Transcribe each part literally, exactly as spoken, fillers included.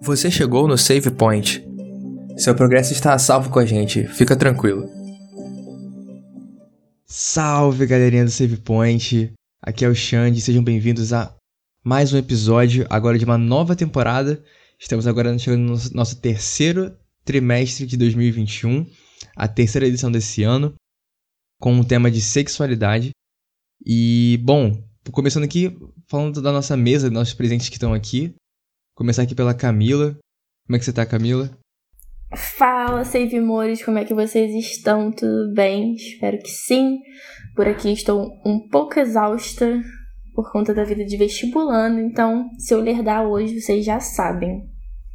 Você chegou no Save Point. Seu progresso está a salvo com a gente, fica tranquilo. Salve, galerinha do Save Point. Aqui é o Xande, sejam bem-vindos a mais um episódio, agora de uma nova temporada. Estamos agora chegando no nosso terceiro trimestre de dois mil e vinte e um, a terceira edição desse ano, com o tema de sexualidade. E, bom, começando aqui, falando da nossa mesa, dos nossos presentes que estão aqui. Começar aqui pela Camila. Como é que você tá, Camila? Fala, Save Mores, como é que vocês estão? Tudo bem? Espero que sim. Por aqui estou um pouco exausta por conta da vida de vestibulando, então se eu lerdar hoje, vocês já sabem.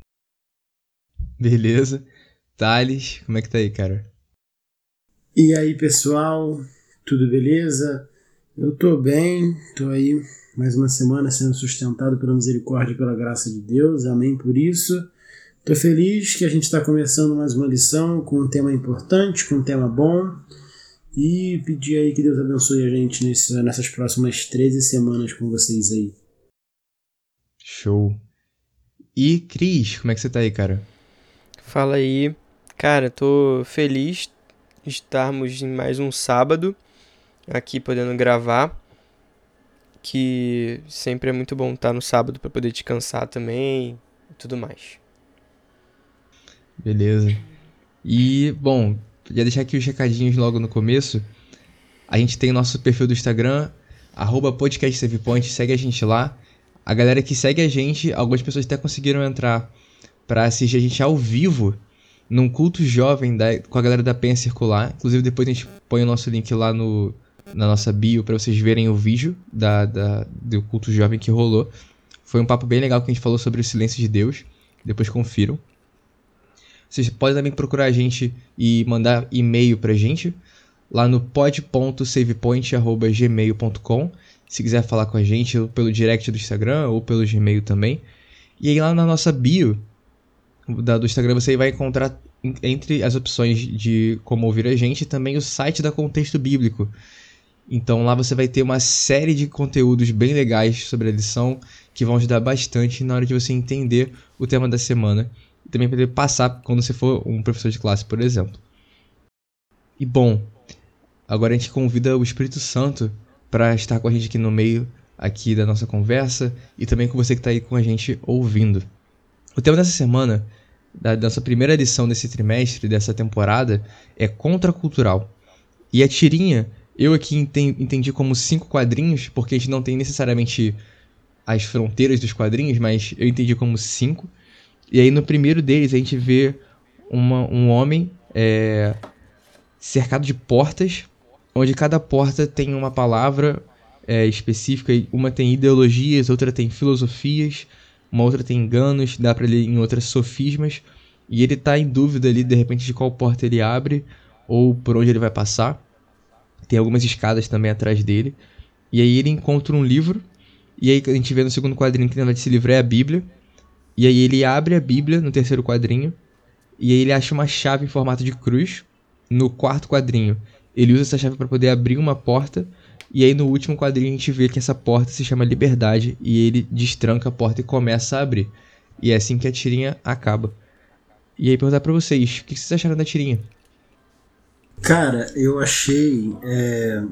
Beleza. Thales, como é que tá aí, cara? E aí, pessoal? Tudo beleza? Eu tô bem, tô aí mais uma semana sendo sustentado pela misericórdia e pela graça de Deus, amém por isso. Tô feliz que a gente está começando mais uma lição com um tema importante, com um tema bom, e pedir aí que Deus abençoe a gente nesse, nessas próximas treze semanas com vocês aí. Show. E Cris, como é que você tá aí, cara? Fala aí. Cara, tô feliz de estarmos em mais um sábado aqui podendo gravar, que sempre é muito bom estar no sábado para poder descansar também e tudo mais. Beleza. E, bom, ia deixar aqui os recadinhos logo no começo. A gente tem nosso perfil do Instagram, arroba podcast Save Point, segue a gente lá. A galera que segue a gente, algumas pessoas até conseguiram entrar para assistir a gente ao vivo num culto jovem da, com a galera da Penha Circular. Inclusive depois a gente põe o nosso link lá no, na nossa bio para vocês verem o vídeo da, da, do culto jovem que rolou. Foi um papo bem legal que a gente falou sobre o silêncio de Deus. Depois confiram. Vocês podem também procurar a gente e mandar e-mail pra gente lá no pod ponto savepoint arroba gmail ponto com, se quiser falar com a gente ou pelo direct do Instagram ou pelo Gmail também. E aí lá na nossa bio da, do Instagram você vai encontrar entre as opções de como ouvir a gente também o site da Contexto Bíblico. Então lá você vai ter uma série de conteúdos bem legais sobre a lição que vão ajudar bastante na hora de você entender o tema da semana. E também poder passar quando você for um professor de classe, por exemplo. E bom, agora a gente convida o Espírito Santo para estar com a gente aqui no meio aqui da nossa conversa e também com você que está aí com a gente ouvindo. O tema dessa semana, da nossa primeira edição desse trimestre, dessa temporada, é contracultural. E a tirinha, eu aqui entendi como cinco quadrinhos, porque a gente não tem necessariamente as fronteiras dos quadrinhos, mas eu entendi como cinco. E aí no primeiro deles a gente vê uma, um homem é, cercado de portas, onde cada porta tem uma palavra é, específica. Uma tem ideologias, outra tem filosofias, uma outra tem enganos, dá pra ler em outras sofismas. E ele tá em dúvida ali de repente de qual porta ele abre ou por onde ele vai passar. Tem algumas escadas também atrás dele. E aí ele encontra um livro, e aí a gente vê no segundo quadrinho que desse livro é a Bíblia. E aí ele abre a Bíblia no terceiro quadrinho, e aí ele acha uma chave em formato de cruz. No quarto quadrinho, ele usa essa chave para poder abrir uma porta, e aí no último quadrinho a gente vê que essa porta se chama Liberdade, e ele destranca a porta e começa a abrir. E é assim que a tirinha acaba. E aí perguntar pra vocês, o que vocês acharam da tirinha? Cara, eu achei... É...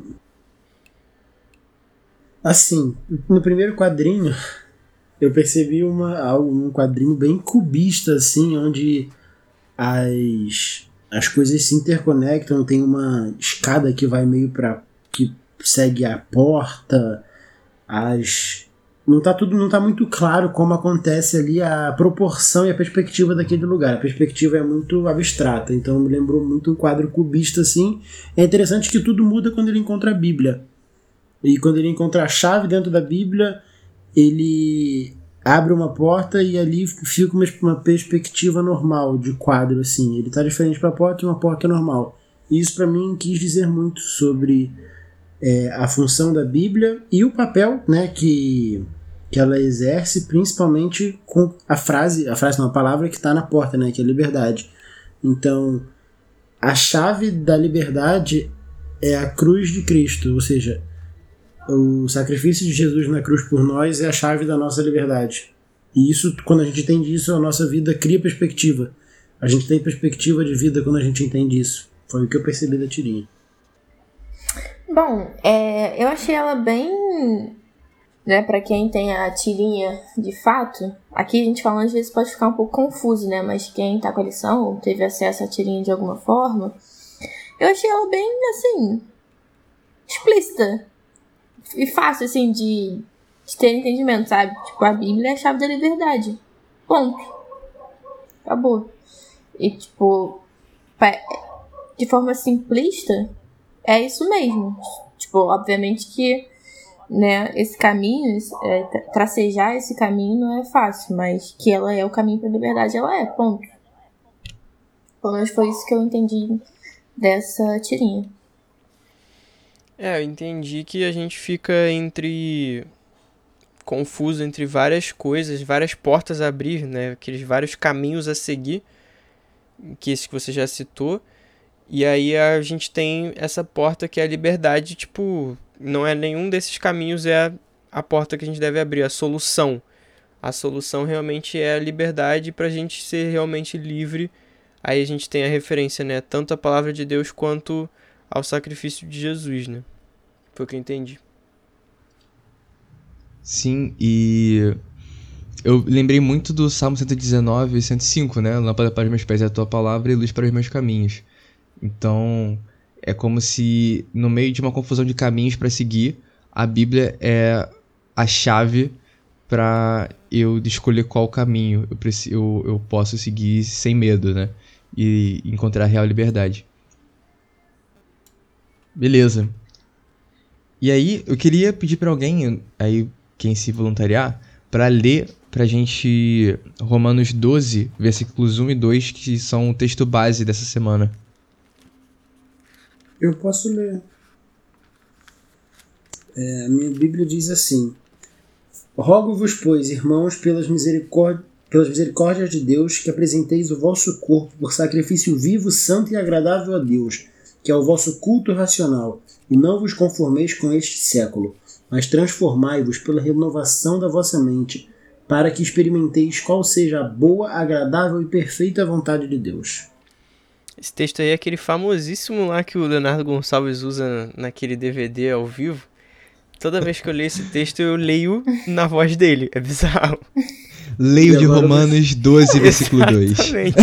Assim, no primeiro quadrinho... Eu percebi uma, um quadrinho bem cubista, assim, onde as, as coisas se interconectam. Tem uma escada que vai meio para que segue a porta. As não tá tudo, não tá muito claro como acontece ali a proporção e a perspectiva daquele lugar. A perspectiva é muito abstrata, então me lembrou muito um quadro cubista, assim. É interessante que tudo muda quando ele encontra a Bíblia. E quando ele encontra a chave dentro da Bíblia, ele abre uma porta e ali fica uma, uma perspectiva normal de quadro, assim. Ele está diferente para a porta e uma porta normal. E isso para mim quis dizer muito sobre é, a função da Bíblia e o papel, né, que, que ela exerce, principalmente com a frase, a frase não, a palavra que está na porta, né, que é liberdade. Então, a chave da liberdade é a cruz de Cristo, ou seja, o sacrifício de Jesus na cruz por nós é a chave da nossa liberdade. E isso, quando a gente entende isso, a nossa vida cria perspectiva. A gente tem perspectiva de vida quando a gente entende isso. Foi o que eu percebi da tirinha. Bom, é, eu achei ela bem... Né, pra quem tem a tirinha de fato, aqui a gente falando às vezes pode ficar um pouco confuso, né? Mas quem tá com a lição ou teve acesso à tirinha de alguma forma, eu achei ela bem, assim, explícita e fácil, assim, de, de ter entendimento, sabe? Tipo, a Bíblia é a chave da liberdade. Ponto. Acabou. E, tipo, de forma simplista, é isso mesmo. Tipo, obviamente que, né, esse caminho, é, tracejar esse caminho não é fácil, mas que ela é o caminho para a liberdade, ela é, ponto. Pelo menos foi isso que eu entendi dessa tirinha. É, eu entendi que a gente fica entre... confuso entre várias coisas, várias portas a abrir, né, aqueles vários caminhos a seguir, que esse que você já citou, e aí a gente tem essa porta que é a liberdade, tipo... Não é nenhum desses caminhos é a, a porta que a gente deve abrir, a solução. A solução realmente é a liberdade para a gente ser realmente livre. Aí a gente tem a referência, né? Tanto à palavra de Deus quanto ao sacrifício de Jesus, né? Foi o que eu entendi. Sim, e eu lembrei muito do Salmo cento e dezenove e cento e cinco, né? Lâmpada para os meus pés é a tua palavra e luz para os meus caminhos. Então... é como se, no meio de uma confusão de caminhos para seguir, a Bíblia é a chave para eu escolher qual caminho eu, preciso, eu, eu posso seguir sem medo, né? E encontrar a real liberdade. Beleza. E aí, eu queria pedir para alguém, aí quem se voluntariar, para ler pra gente Romanos doze, versículos um e dois, que são o texto base dessa semana. Eu posso ler. É, a minha Bíblia diz assim: rogo-vos, pois, irmãos, pelas, misericórdi- pelas misericórdias de Deus, que apresenteis o vosso corpo por sacrifício vivo, santo e agradável a Deus, que é o vosso culto racional, e não vos conformeis com este século, mas transformai-vos pela renovação da vossa mente, para que experimenteis qual seja a boa, agradável e perfeita vontade de Deus. Esse texto aí é aquele famosíssimo lá que o Leonardo Gonçalves usa naquele D V D ao vivo. Toda vez que eu leio esse texto, eu leio na voz dele. É bizarro. Leio de Romanos doze, versículo dois.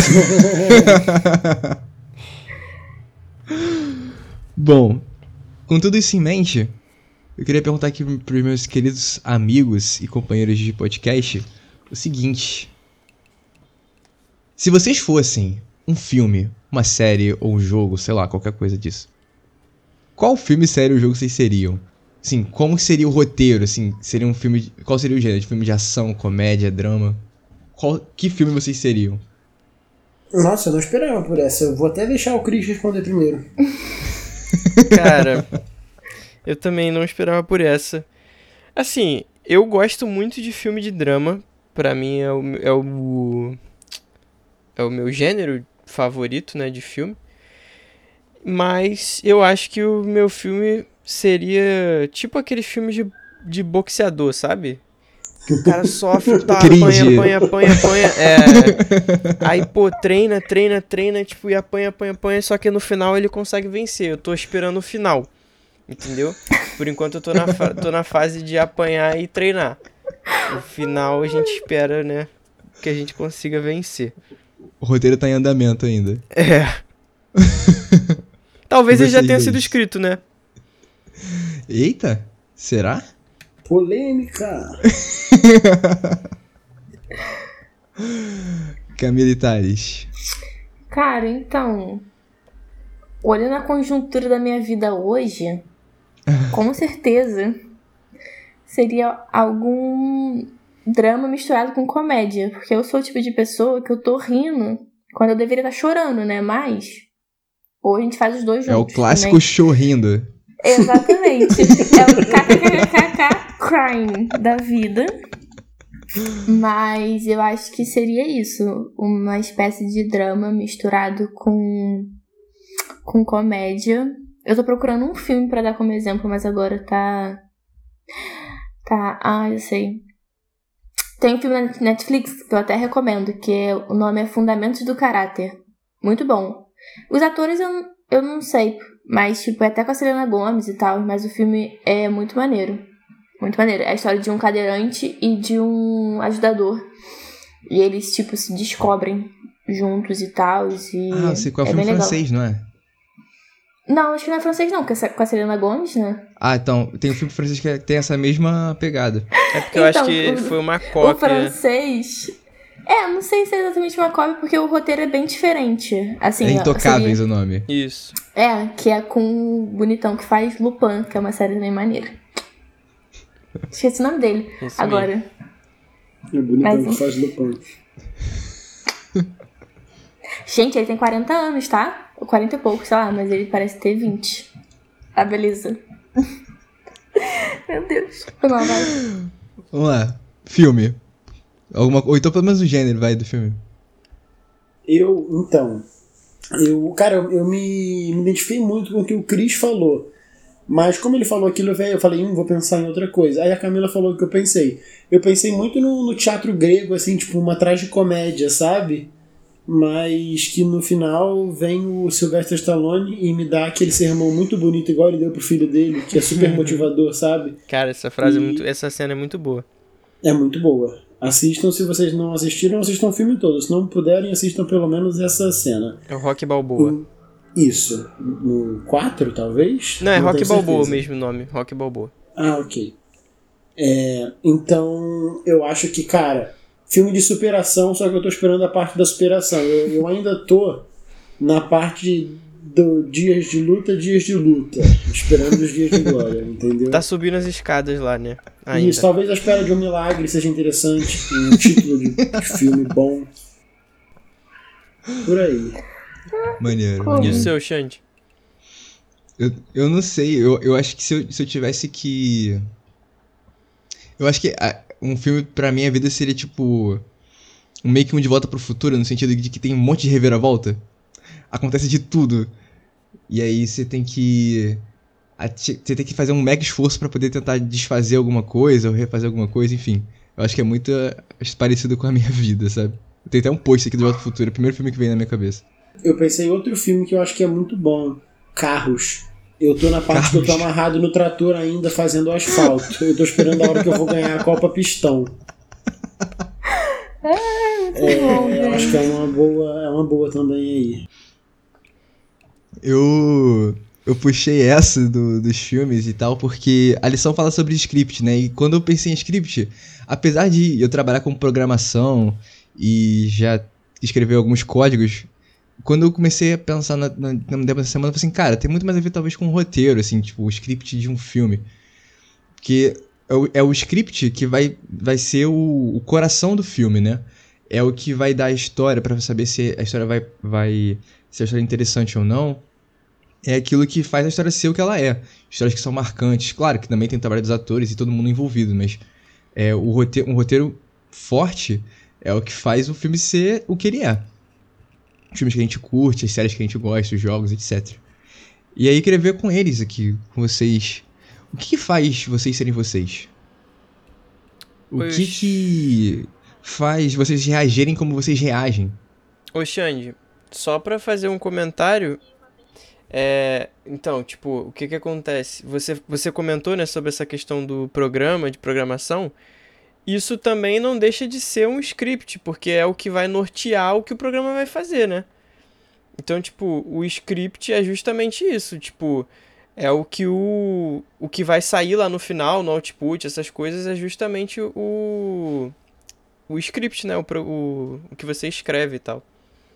Bom, com tudo isso em mente, eu queria perguntar aqui para os meus queridos amigos e companheiros de podcast o seguinte: se vocês fossem um filme, uma série ou um jogo, sei lá, qualquer coisa disso, qual filme, série ou jogo vocês seriam? Assim, como seria o roteiro? Assim, seria um filme de, qual seria o gênero? De filme de ação, comédia, drama? Qual, que filme vocês seriam? Nossa, eu não esperava por essa. Eu vou até deixar o Chris responder primeiro. Cara, eu também não esperava por essa. Assim, eu gosto muito de filme de drama. Pra mim é o, é o, é o meu gênero favorito, né, de filme. Mas eu acho que o meu filme seria tipo aqueles filmes de, de boxeador, sabe? Que o cara sofre, tá, apanha, apanha, apanha, apanha. É. Aí, pô, treina, treina, treina, tipo, e apanha, apanha, apanha, só que no final ele consegue vencer. Eu tô esperando o final, entendeu? Por enquanto eu tô na, fa- tô na fase de apanhar e treinar. No final a gente espera, né, que a gente consiga vencer. O roteiro tá em andamento ainda. É. Talvez ele já tenha dois. sido escrito, né? Eita, será? Polêmica! Camila e Thales. Cara, então, olhando a conjuntura da minha vida hoje, com certeza seria algum drama misturado com comédia, porque eu sou o tipo de pessoa que eu tô rindo quando eu deveria estar chorando, né? Mas ou a gente faz os dois juntos. É o clássico também. chorrindo. Exatamente. É o kkkk crying da vida. Mas eu acho que seria isso. Uma espécie de drama misturado com, com comédia. Eu tô procurando um filme pra dar como exemplo, mas agora tá... Tá... Ah, eu sei. Tem um filme na Netflix que eu até recomendo, que é, o nome é Fundamentos do Caráter. Muito bom. Os atores eu, eu não sei, mas tipo, é até com a Selena Gomez e tal, mas o filme é muito maneiro. Muito maneiro. É a história de um cadeirante e de um ajudador. E eles, tipo, se descobrem juntos e tal. E Ah, você qual é o é filme bem legal. francês, não é? Não, acho que não é francês não, que é com a Selena Gomez, né? Ah, então, tem um filme francês que tem essa mesma pegada. É porque eu acho Então, que o- foi uma O cópia. francês... É, não sei se é exatamente uma cópia, porque o roteiro é bem diferente. Assim, É ó, Intocáveis seria- o nome. Isso. É, que é com o bonitão que faz Lupin, que é uma série bem maneira. Esqueci o nome dele Esse agora. É bonitão Mas, que faz Lupin. Gente, ele tem quarenta anos, tá? Ou quarenta e pouco, sei lá, mas ele parece ter vinte. Ah, beleza. Meu Deus. Foi mal, vai. Vamos lá. Filme. Alguma, ou então pelo menos o gênero, vai, do filme. Eu, então, eu, cara, eu, eu me, me identifiquei muito com o que o Chris falou. Mas como ele falou aquilo, velho, eu falei, hum, vou pensar em outra coisa. Aí a Camila falou o que eu pensei. Eu pensei muito no, no teatro grego, assim, tipo uma tragicomédia, sabe? Mas que no final vem o Sylvester Stallone e me dá aquele sermão muito bonito, igual ele deu pro filho dele, que é super motivador, sabe? Cara, essa frase é E- muito. Essa cena é muito boa. É muito boa. Assistam, se vocês não assistiram, assistam o filme todo. Se não puderem, assistam pelo menos essa cena. É o Rock Balboa. O- Isso. No quatro, talvez? Não, é Rock tenho Balboa certeza. mesmo o nome. Rock Balboa. Ah, ok. É, então, eu acho que, cara, filme de superação, só que eu tô esperando a parte da superação. Eu, eu ainda tô na parte do dias de luta, dias de luta. Esperando os dias de glória, entendeu? Tá subindo as escadas lá, né? Ainda. Isso, talvez a espera de um milagre seja interessante. Um título de, de filme bom. Por aí. Maneiro, Como? E o maneiro. seu, Xande? Eu, eu não sei, eu, eu acho que se eu, se eu tivesse que... Eu acho que ah, um filme pra minha vida seria tipo... Um meio que um De Volta pro Futuro, no sentido de que tem um monte de reviravolta. Acontece de tudo. E aí você tem que... a- Você tem que fazer um mega esforço pra poder tentar desfazer alguma coisa ou refazer alguma coisa, enfim. Eu acho que é muito ah, acho parecido com a minha vida, sabe? Eu tenho até um post aqui do De Volta pro Futuro, é o primeiro filme que veio na minha cabeça. Eu pensei em outro filme que eu acho que é muito bom. Carros. Eu tô na parte que eu tô Carros. amarrado no trator ainda fazendo asfalto. Eu tô esperando a hora que eu vou ganhar a Copa Pistão. Muito É, bom, eu acho gente. que é uma boa, é uma boa também aí. Eu, eu puxei essa do- dos filmes e tal, porque a lição fala sobre script, né? E quando eu pensei em script, apesar de eu trabalhar com programação e já escrever alguns códigos, quando eu comecei a pensar na, na, na dessa semana, eu falei assim, cara, tem muito mais a ver talvez com o roteiro, assim, tipo, o script de um filme. Porque é o, é o script que vai, vai ser o, o coração do filme, né? É o que vai dar a história pra saber se a história vai, vai se a história é interessante ou não. É aquilo que faz a história ser o que ela é. Histórias que são marcantes. Claro que também tem o trabalho dos atores e todo mundo envolvido, mas é, o roteiro, um roteiro forte é o que faz o filme ser o que ele é. Os filmes que a gente curte, as séries que a gente gosta, os jogos, etcétera. E aí eu queria ver com eles aqui, com vocês. O que, que faz vocês serem vocês? O que Oxi. que faz vocês reagirem como vocês reagem? Ô, Xande, só pra fazer um comentário. É, então, tipo, o que que acontece? Você, você comentou, né, sobre essa questão do programa, de programação. Isso também não deixa de ser um script, porque é o que vai nortear o que o programa vai fazer, né? Então, tipo, o script é justamente isso, tipo, é o que o, o que vai sair lá no final, no output, essas coisas, é justamente o, o script, né? O, pro- o, o que você escreve e tal.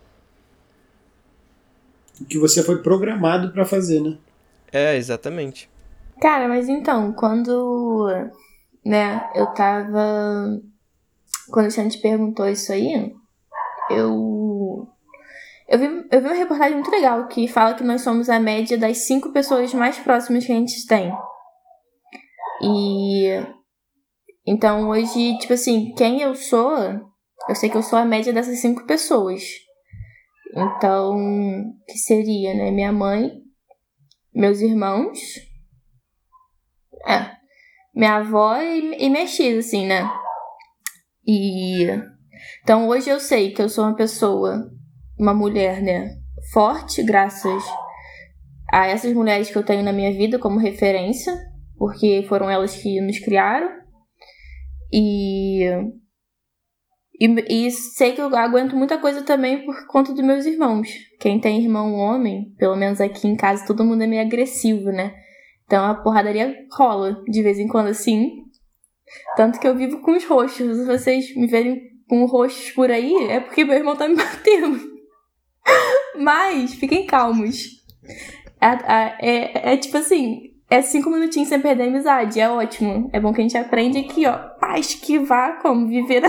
O que você foi programado pra fazer, né? É, exatamente. Cara, mas então, quando, né, eu tava... Quando o Xande perguntou isso aí, eu... Eu vi, eu vi uma reportagem muito legal que fala que nós somos a média das cinco pessoas mais próximas que a gente tem. E... Então, hoje, tipo assim, quem eu sou, eu sei que eu sou a média dessas cinco pessoas. Então, que seria, né? Minha mãe, meus irmãos... É, minha avó e, e minha tia, assim, né? E então hoje eu sei que eu sou uma pessoa, uma mulher, né, forte, graças a essas mulheres que eu tenho na minha vida como referência, porque foram elas que nos criaram. E, e, e sei que eu aguento muita coisa também por conta dos meus irmãos. Quem tem irmão homem, pelo menos aqui em casa, todo mundo é meio agressivo, né? Então a porradaria rola de vez em quando assim. Tanto que eu vivo com os roxos. Se vocês me verem com roxos por aí, é porque meu irmão tá me batendo. Mas fiquem calmos. É, é, é, é tipo assim, é cinco minutinhos sem perder a amizade. É ótimo. É bom que a gente aprende aqui, ó, pra esquivar como viver a...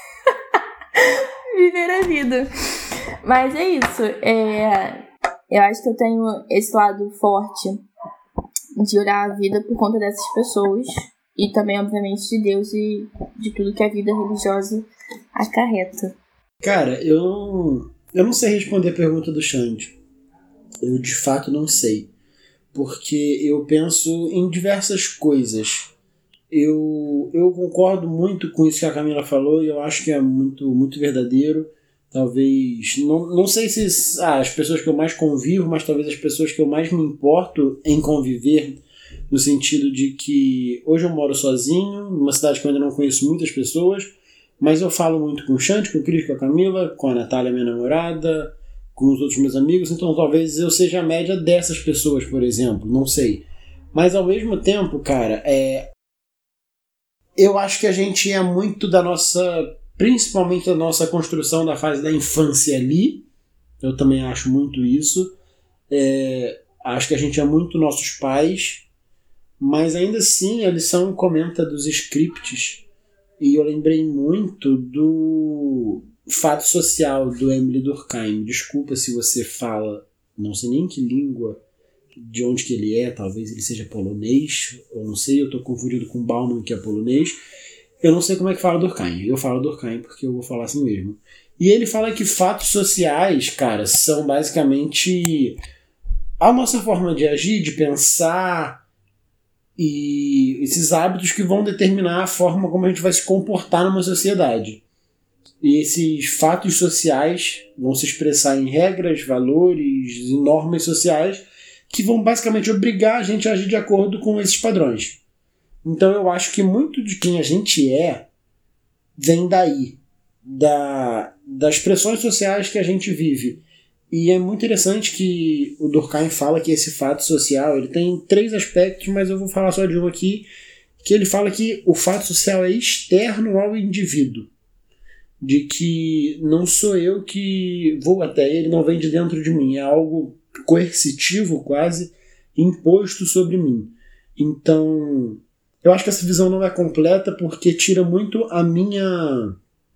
viver a vida. Mas é isso. É... Eu acho que eu tenho esse lado forte de olhar a vida por conta dessas pessoas. E também, obviamente, de Deus e de tudo que a vida religiosa acarreta. Cara, eu não, eu não sei responder a pergunta do Xande. Eu, de fato, não sei. Porque eu penso em diversas coisas. Eu, eu concordo muito com isso que a Camila falou e eu acho que é muito, muito verdadeiro. Talvez... Não, não sei se ah, as pessoas que eu mais convivo, mas talvez as pessoas que eu mais me importo em conviver... No sentido de que hoje eu moro sozinho, numa cidade que eu ainda não conheço muitas pessoas, mas eu falo muito com o Xande, com o Cris, com a Camila, com a Natália, minha namorada, com os outros meus amigos, então talvez eu seja a média dessas pessoas, por exemplo, não sei. Mas ao mesmo tempo, cara, é... eu acho que a gente é muito da nossa, principalmente da nossa construção da fase da infância ali, eu também acho muito isso, é... acho que a gente é muito nossos pais, mas ainda assim a lição comenta dos scripts e eu lembrei muito do Fato Social do Emile Durkheim. Desculpa se você fala, não sei nem que língua, de onde que ele é, talvez ele seja polonês, eu não sei, eu estou confundido com Bauman, que é polonês. Eu não sei como é que fala Durkheim, eu falo Durkheim porque eu vou falar assim mesmo. E ele fala que fatos sociais, cara, são basicamente a nossa forma de agir, de pensar... e esses hábitos que vão determinar a forma como a gente vai se comportar numa sociedade. E esses fatos sociais vão se expressar em regras, valores e normas sociais que vão basicamente obrigar a gente a agir de acordo com esses padrões. Então eu acho que muito de quem a gente é vem daí, da, das pressões sociais que a gente vive. E é muito interessante que o Durkheim fala que esse fato social ele tem três aspectos, mas eu vou falar só de um aqui, que ele fala que o fato social é externo ao indivíduo. De que não sou eu que vou até ele, não vem de dentro de mim, é algo coercitivo quase, imposto sobre mim. Então, eu acho que essa visão não é completa porque tira muito a minha...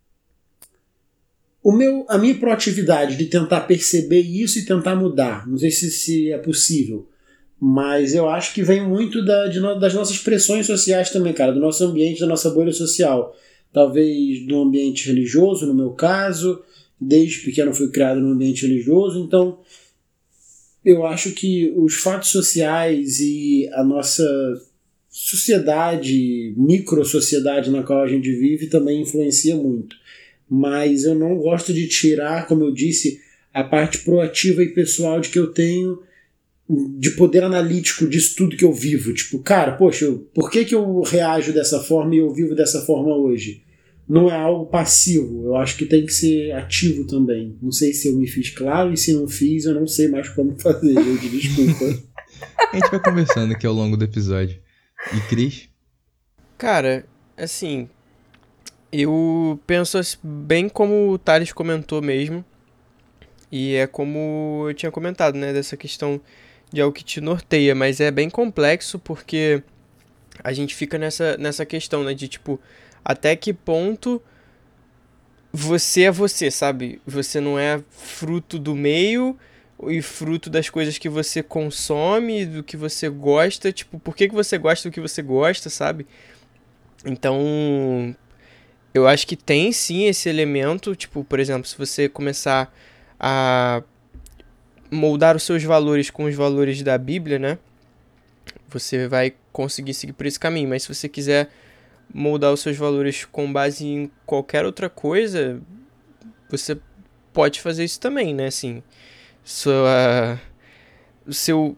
O meu, a minha proatividade de tentar perceber isso e tentar mudar. Não sei se, se é possível. Mas eu acho que vem muito da, de no, das nossas pressões sociais também, cara. Do nosso ambiente, da nossa bolha social. Talvez do ambiente religioso, no meu caso. Desde pequeno fui criado no ambiente religioso. Então, eu acho que os fatos sociais e a nossa sociedade, micro-sociedade na qual a gente vive também influencia muito. Mas eu não gosto de tirar, como eu disse, a parte proativa e pessoal de que eu tenho de poder analítico disso tudo que eu vivo. Tipo, cara, poxa, eu, por que, que eu reajo dessa forma e eu vivo dessa forma hoje? Não é algo passivo, eu acho que tem que ser ativo também. Não sei se eu me fiz claro e se não fiz, eu não sei mais como fazer, gente, desculpa. A gente vai conversando aqui ao longo do episódio. E Cris? Cara, assim... Eu penso bem como o Thales comentou mesmo, e é como eu tinha comentado, né, dessa questão de algo que te norteia, mas é bem complexo porque a gente fica nessa, nessa questão, né, de tipo, até que ponto você é você, sabe? Você não é fruto do meio e fruto das coisas que você consome, do que você gosta, tipo, por que, que você gosta do que você gosta, sabe? Então... eu acho que tem sim esse elemento, tipo, por exemplo, se você começar a moldar os seus valores com os valores da Bíblia, né? Você vai conseguir seguir por esse caminho, mas se você quiser moldar os seus valores com base em qualquer outra coisa, você pode fazer isso também, né? Assim, sua, o seu,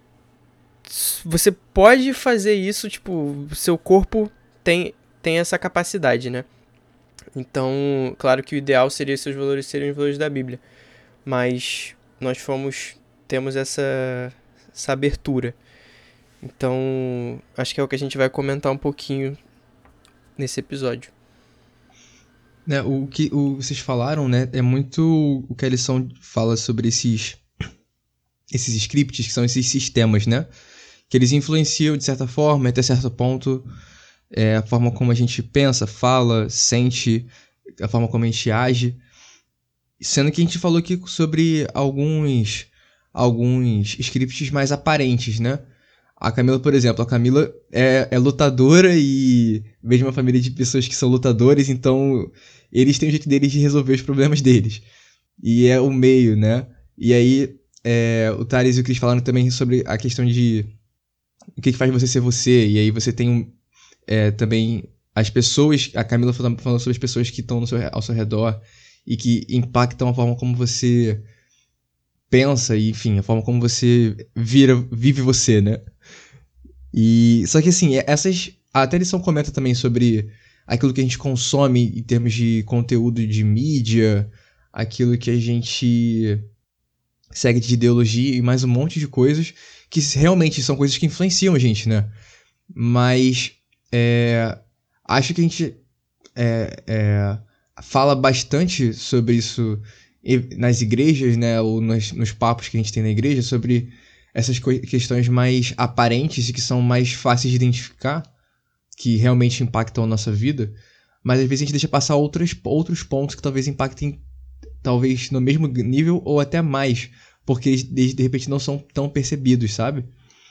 você pode fazer isso, tipo, seu corpo tem, tem essa capacidade, né? Então, claro que o ideal seria seus valores serem os valores da Bíblia, mas nós fomos, temos essa, essa abertura. Então, acho que é o que a gente vai comentar um pouquinho nesse episódio. É, o que o, vocês falaram, né, é muito o que a lição fala sobre esses, esses scripts, que são esses sistemas, né, que eles influenciam de certa forma, até certo ponto, é, a forma como a gente pensa, fala, sente, a forma como a gente age, sendo que a gente falou aqui sobre alguns, alguns scripts mais aparentes, né. A Camila, por exemplo, a Camila é, é lutadora e veio de uma família de pessoas que são lutadores, então eles têm o jeito deles de resolver os problemas deles. E é o meio, né? E aí, é, o Thales e o Cris falaram também sobre a questão de o que faz você ser você. E aí você tem um, é, também as pessoas, a Camila falando sobre as pessoas que estão no seu, ao seu redor e que impactam a forma como você pensa e, enfim, a forma como você vira, vive você, né? E, só que assim, essas, até a lição comenta também sobre aquilo que a gente consome em termos de conteúdo de mídia, aquilo que a gente segue de ideologia e mais um monte de coisas que realmente são coisas que influenciam a gente, né? Mas é, acho que a gente é, é, fala bastante sobre isso nas igrejas, né? Ou nos, nos papos que a gente tem na igreja, sobre essas co- questões mais aparentes e que são mais fáceis de identificar, que realmente impactam a nossa vida, mas às vezes a gente deixa passar outros, outros pontos que talvez impactem talvez no mesmo nível ou até mais, porque eles de, de repente não são tão percebidos, sabe?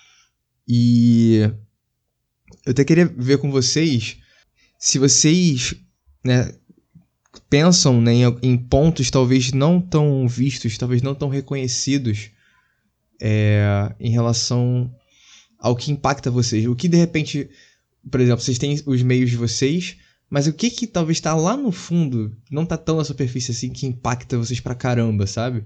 E eu até queria ver com vocês se vocês, né, pensam, né, em, em pontos talvez não tão vistos, talvez não tão reconhecidos, É, em relação ao que impacta vocês. O que de repente, por exemplo, vocês têm os meios de vocês, mas o que que talvez está lá no fundo, não tá tão na superfície assim, que impacta vocês pra caramba, sabe?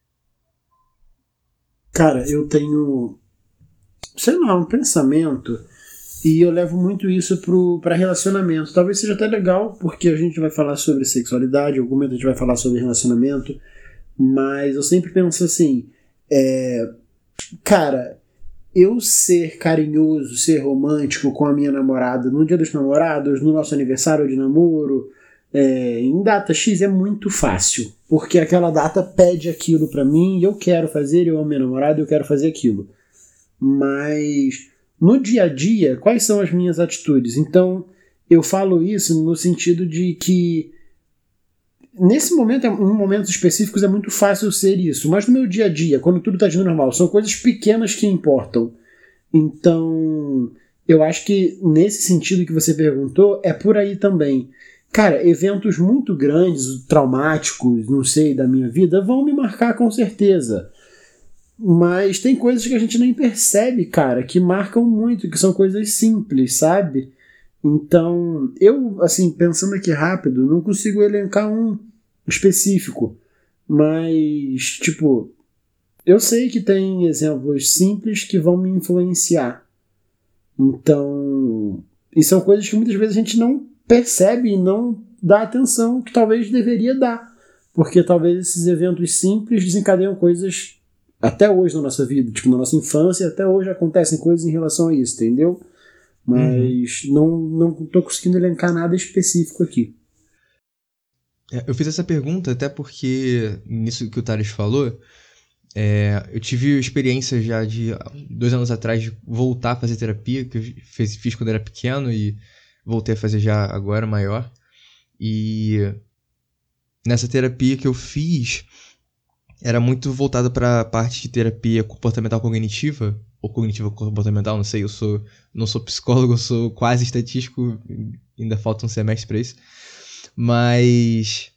Cara, eu tenho, sei lá, um pensamento e eu levo muito isso pro, pra relacionamento. Talvez seja até legal, porque a gente vai falar sobre sexualidade, em algum momento a gente vai falar sobre relacionamento, mas eu sempre penso assim, é, cara, eu ser carinhoso, ser romântico com a minha namorada no dia dos namorados, no nosso aniversário de namoro, é, em data X é muito fácil, porque aquela data pede aquilo pra mim e eu quero fazer, eu amo minha namorada, eu quero fazer aquilo. Mas no dia a dia, quais são as minhas atitudes? Então eu falo isso no sentido de que nesse momento, em momentos específicos, é muito fácil ser isso. Mas no meu dia a dia, quando tudo está de normal, são coisas pequenas que importam. Então, eu acho que nesse sentido que você perguntou, é por aí também. Cara, eventos muito grandes, traumáticos, não sei, da minha vida, vão me marcar com certeza. Mas tem coisas que a gente nem percebe, cara, que marcam muito, que são coisas simples, sabe? Então, eu, assim, pensando aqui rápido, não consigo elencar um específico, mas, tipo, eu sei que tem exemplos simples que vão me influenciar. Então, e são coisas que muitas vezes a gente não percebe e não dá atenção que talvez deveria dar, porque talvez esses eventos simples desencadeiam coisas até hoje na nossa vida, tipo, na nossa infância, até hoje acontecem coisas em relação a isso, entendeu? Mas uhum. não, não tô conseguindo elencar nada específico aqui. É, eu fiz essa pergunta até porque, nisso que o Thales falou, é, eu tive experiência já de dois anos atrás de voltar a fazer terapia, que eu fiz, fiz quando era pequeno e voltei a fazer já agora, maior. E nessa terapia que eu fiz, era muito voltada para a parte de terapia comportamental cognitiva, ou cognitiva comportamental, não sei, eu sou, não sou psicólogo, eu sou quase estatístico, ainda falta um semestre para isso, mas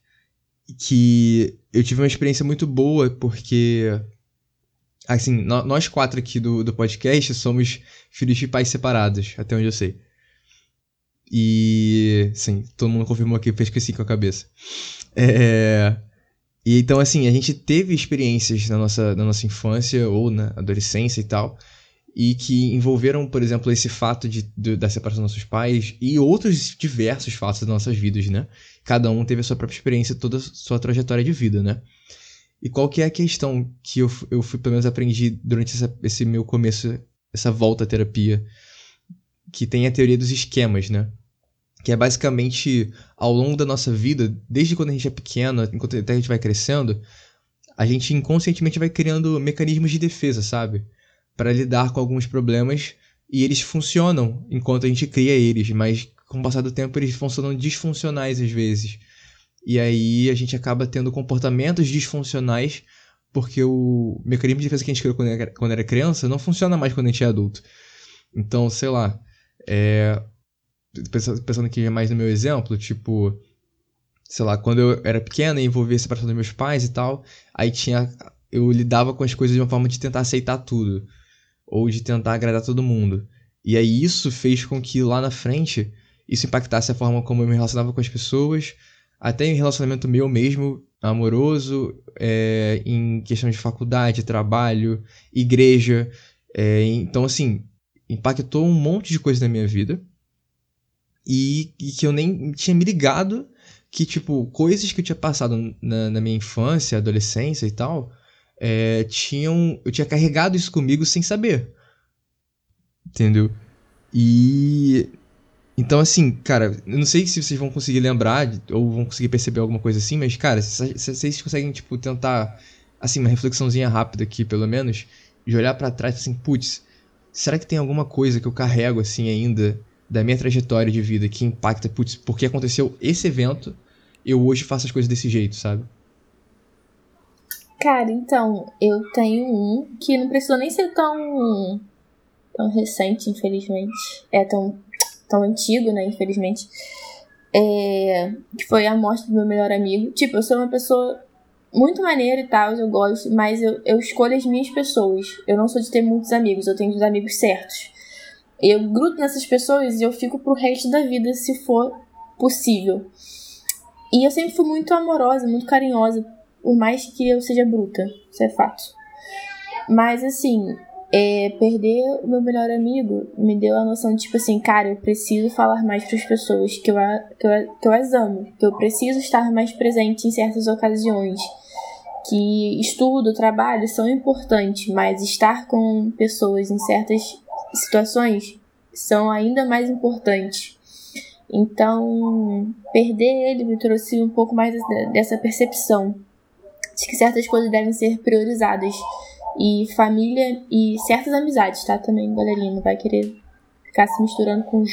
que eu tive uma experiência muito boa, porque, assim, no, nós quatro aqui do, do podcast somos filhos de pais separados, até onde eu sei. E, sim, todo mundo confirmou aqui, fez que sim com a cabeça. É... E então, assim, a gente teve experiências na nossa, na nossa infância ou na adolescência e tal, e que envolveram, por exemplo, esse fato de, de, da separação dos nossos pais e outros diversos fatos das nossas vidas, né? Cada um teve a sua própria experiência, toda a sua trajetória de vida, né? E qual que é a questão que eu, eu fui, pelo menos, aprendi durante essa, esse meu começo, essa volta à terapia, que tem a teoria dos esquemas, né? Que é basicamente, ao longo da nossa vida, desde quando a gente é pequeno, enquanto até a gente vai crescendo, a gente inconscientemente vai criando mecanismos de defesa, sabe? Para lidar com alguns problemas, e eles funcionam enquanto a gente cria eles, mas com o passar do tempo eles funcionam disfuncionais às vezes. E aí a gente acaba tendo comportamentos disfuncionais porque o mecanismo de defesa que a gente criou quando era, quando era criança não funciona mais quando a gente é adulto. Então, sei lá, é... pensando aqui mais no meu exemplo, tipo, sei lá, quando eu era pequeno e envolvia a separação dos meus pais e tal, aí tinha, eu lidava com as coisas de uma forma de tentar aceitar tudo, ou de tentar agradar todo mundo. E aí isso fez com que lá na frente, isso impactasse a forma como eu me relacionava com as pessoas, até em relacionamento meu mesmo, amoroso, é, em questão de faculdade, trabalho, igreja. É, então, assim, impactou um monte de coisa na minha vida. E, e que eu nem tinha me ligado que, tipo, coisas que eu tinha passado na, na minha infância, adolescência e tal, é, tinham... Eu tinha carregado isso comigo sem saber. Entendeu? E... Então, assim, cara, eu não sei se vocês vão conseguir lembrar ou vão conseguir perceber alguma coisa assim, mas, cara, se, se vocês conseguem, tipo, tentar, assim, uma reflexãozinha rápida aqui, pelo menos, de olhar pra trás e assim, putz, será que tem alguma coisa que eu carrego, assim, ainda da minha trajetória de vida que impacta, putz, porque aconteceu esse evento, eu hoje faço as coisas desse jeito, sabe? Cara, então, eu tenho um que não precisou nem ser tão tão recente, infelizmente. É tão, tão antigo, né, infelizmente. É, que foi a morte do meu melhor amigo. Tipo, eu sou uma pessoa muito maneira e tal, eu gosto, mas eu, eu escolho as minhas pessoas. Eu não sou de ter muitos amigos, eu tenho os amigos certos. Eu grudo nessas pessoas e eu fico pro resto da vida, se for possível. E eu sempre fui muito amorosa, muito carinhosa, por mais que eu seja bruta, isso é fato. Mas, assim, é, perder o meu melhor amigo me deu a noção de, tipo assim, cara, eu preciso falar mais pras pessoas que eu, que eu, que eu as amo, que eu preciso estar mais presente em certas ocasiões, que estudo, trabalho são importantes, mas estar com pessoas em certas situações são ainda mais importantes. Então, perder ele me trouxe um pouco mais dessa percepção de que certas coisas devem ser priorizadas. E família e certas amizades, tá? Também, galerinha, não vai querer ficar se misturando com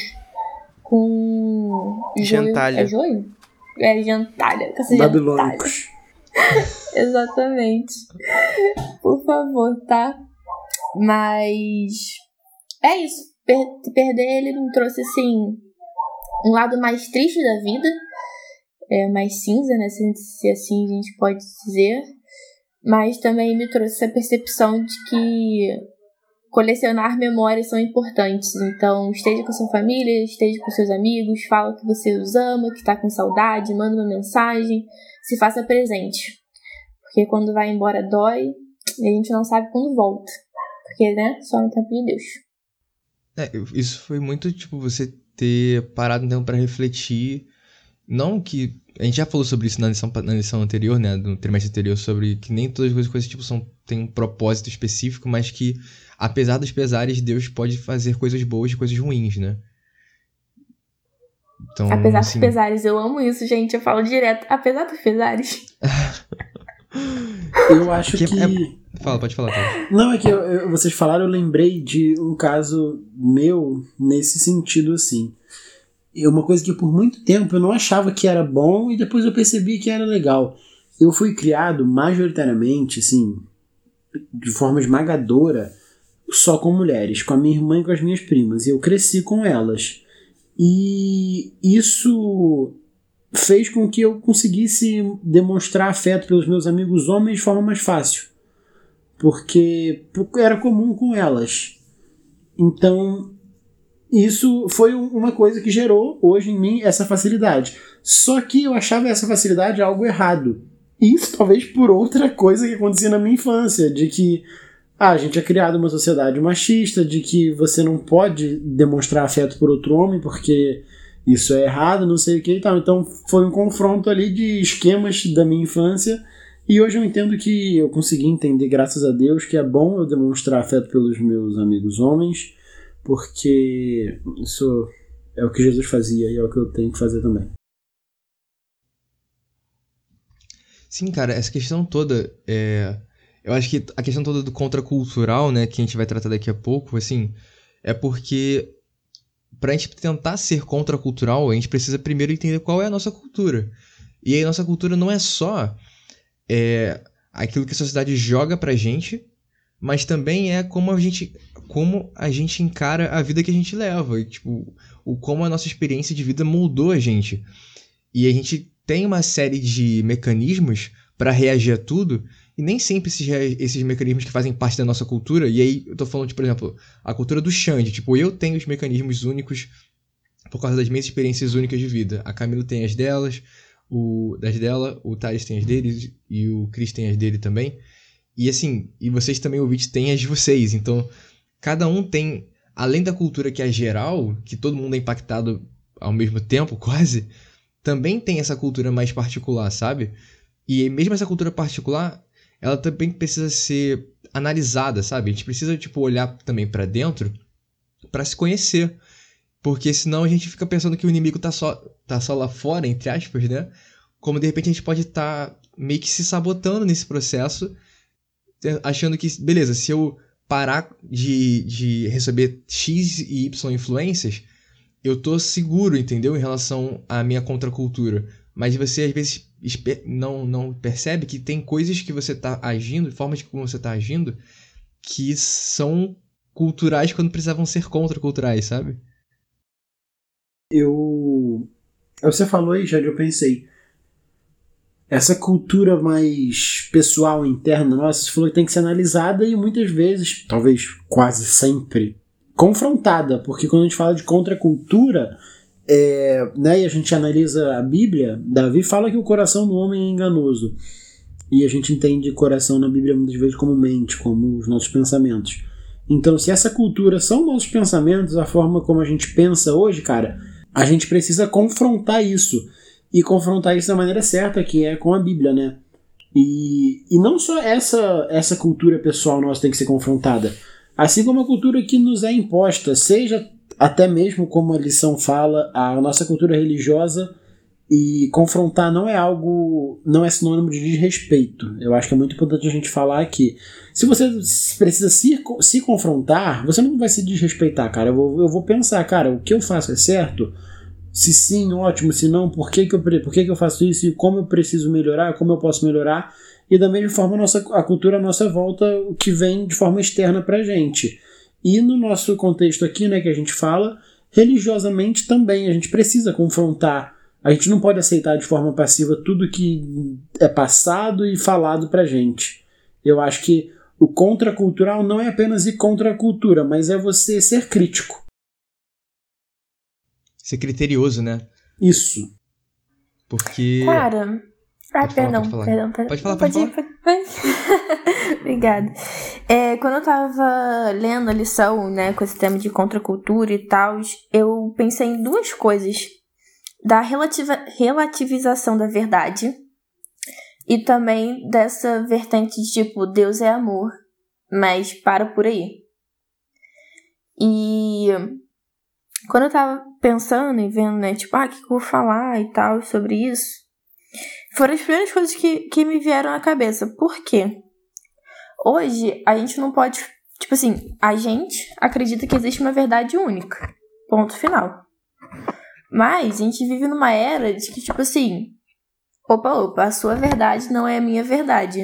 com gentalha. É joio? É gentalha. Babilônicos. Exatamente. Por favor, tá? Mas é isso. Per- perder ele me trouxe, assim, um lado mais triste da vida. É, mais cinza, né? Se, se assim a gente pode dizer. Mas também me trouxe essa percepção de que colecionar memórias são importantes. Então, esteja com sua família, esteja com seus amigos, fala que você os ama, que tá com saudade, manda uma mensagem, se faça presente. Porque quando vai embora dói e a gente não sabe quando volta. Porque, né, só no tempo de Deus. É, isso foi muito, tipo, você ter parado um tempo pra refletir. Não que... A gente já falou sobre isso na lição, na lição anterior, né? No trimestre anterior, sobre que nem todas as coisas tipo, são, têm um propósito específico, mas que, apesar dos pesares, Deus pode fazer coisas boas e coisas ruins, né? Então, apesar assim... dos pesares, eu amo isso, gente. Eu falo direto. Apesar dos pesares. Eu acho que... que... É... Fala, pode falar, tá? Não, é que eu, eu, vocês falaram, eu lembrei de um caso meu nesse sentido, assim. É uma coisa que por muito tempo eu não achava que era bom e depois eu percebi que era legal. Eu fui criado majoritariamente, assim, de forma esmagadora, só com mulheres, com a minha irmã e com as minhas primas. E eu cresci com elas. E isso fez com que eu conseguisse demonstrar afeto pelos meus amigos homens de forma mais fácil. Porque era comum com elas. Então... isso foi uma coisa que gerou hoje em mim essa facilidade. Só que eu achava essa facilidade algo errado. Isso talvez por outra coisa que acontecia na minha infância, de que ah, a gente é criado uma sociedade machista, de que você não pode demonstrar afeto por outro homem porque isso é errado, não sei o que e tal. Então foi um confronto ali de esquemas da minha infância, e hoje eu entendo que eu consegui entender, graças a Deus, que é bom eu demonstrar afeto pelos meus amigos homens, porque isso é o que Jesus fazia e é o que eu tenho que fazer também. Sim, cara, essa questão toda, é... eu acho que a questão toda do contracultural, né, que a gente vai tratar daqui a pouco, assim, é porque pra gente tentar ser contracultural, a gente precisa primeiro entender qual é a nossa cultura. E aí a nossa cultura não é só é, aquilo que a sociedade joga pra gente, mas também é como a gente, como a gente encara a vida que a gente leva, e, tipo, o como a nossa experiência de vida moldou a gente. E a gente tem uma série de mecanismos para reagir a tudo, e nem sempre esses, esses mecanismos que fazem parte da nossa cultura, e aí eu tô falando, de, por exemplo, a cultura do Xande, tipo, eu tenho os mecanismos únicos por causa das minhas experiências únicas de vida. A Camila tem as delas, o, das dela, o Thales tem as deles, e o Chris tem as dele também. E assim, e vocês também, ouvintes, têm as de vocês. Então, cada um tem, além da cultura que é geral, que todo mundo é impactado ao mesmo tempo, quase, também tem essa cultura mais particular, sabe? E mesmo essa cultura particular, ela também precisa ser analisada, sabe? A gente precisa, tipo, olhar também pra dentro pra se conhecer. Porque senão a gente fica pensando que o inimigo tá só, tá só lá fora, entre aspas, né? Como de repente a gente pode estar tá meio que se sabotando nesse processo, achando que, beleza, se eu parar de, de receber X e Y influências, eu tô seguro, entendeu? Em relação à minha contracultura. Mas você, às vezes, não, não percebe que tem coisas que você tá agindo, formas de como você tá agindo, que são culturais quando precisavam ser contraculturais, sabe? Eu... Você falou aí, já eu pensei. Essa cultura mais pessoal, interna nossa, você falou que tem que ser analisada e muitas vezes, talvez quase sempre, confrontada, porque quando a gente fala de contracultura, é, né, e a gente analisa a Bíblia, Davi fala que o coração do homem é enganoso, e a gente entende coração na Bíblia muitas vezes como mente, como os nossos pensamentos. Então, se essa cultura são nossos pensamentos, a forma como a gente pensa hoje, cara, a gente precisa confrontar isso, e confrontar isso da maneira certa, que é com a Bíblia, né? E, e não só essa, essa cultura pessoal nossa tem que ser confrontada, assim como a cultura que nos é imposta, seja até mesmo, como a lição fala, a nossa cultura religiosa, e confrontar não é algo, não é sinônimo de desrespeito. Eu acho que é muito importante a gente falar que se você precisa se, se confrontar, você não vai se desrespeitar, cara. Eu vou, eu vou pensar, cara, o que eu faço é certo? Se sim, ótimo. Se não, por que, que, eu, por que, que eu faço isso? E como eu preciso melhorar? Como eu posso melhorar? E da mesma forma, a, nossa, a cultura à nossa volta, o que vem de forma externa pra gente. E no nosso contexto aqui, né, que a gente fala, religiosamente também, a gente precisa confrontar. A gente não pode aceitar de forma passiva tudo que é passado e falado pra gente. Eu acho que o contracultural não é apenas ir contra a cultura, mas é você ser crítico. Ser criterioso, né? Isso. Porque... Cara... Ah, pode falar, perdão, pode falar. perdão, perdão. Pode falar, pode, pode falar. Ir, Obrigada. É, quando eu tava lendo a lição, né, com esse tema de contracultura e tal, eu pensei em duas coisas. Da relativa, relativização da verdade e também dessa vertente de tipo, Deus é amor, mas para por aí. E quando eu tava pensando e vendo, né, tipo, ah, o que eu vou falar e tal sobre isso, foram as primeiras coisas que, que me vieram à cabeça. Por quê? Hoje, a gente não pode... Tipo assim, a gente acredita que existe uma verdade única. Ponto final. Mas a gente vive numa era de que, tipo assim... Opa, opa, a sua verdade não é a minha verdade.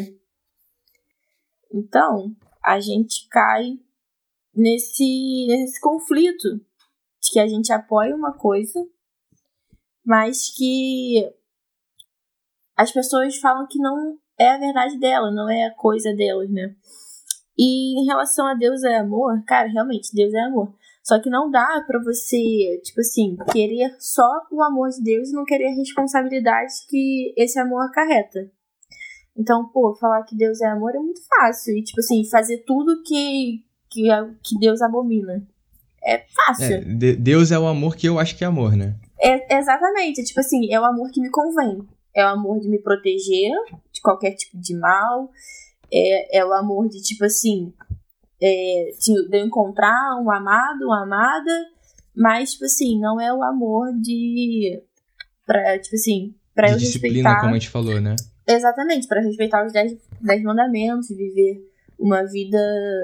Então, a gente cai nesse, nesse conflito de que a gente apoia uma coisa, mas que as pessoas falam que não é a verdade dela, não é a coisa delas, né? E em relação a Deus é amor, cara, realmente, Deus é amor. Só que não dá pra você, tipo assim, querer só o amor de Deus e não querer a responsabilidade que esse amor acarreta. Então, pô, falar que Deus é amor é muito fácil. E, tipo assim, fazer tudo que, que, que Deus abomina. É fácil. É, de- Deus é o amor que eu acho que é amor, né? É, exatamente. Tipo assim, é o amor que me convém. É o amor de me proteger de qualquer tipo de mal. É, é o amor de, tipo assim, é, de, de eu encontrar um amado, uma amada. Mas, tipo assim, não é o amor de... Pra, tipo assim, pra De eu disciplina, respeitar... como a gente falou, né? Exatamente, pra respeitar os dez, dez mandamentos, viver uma vida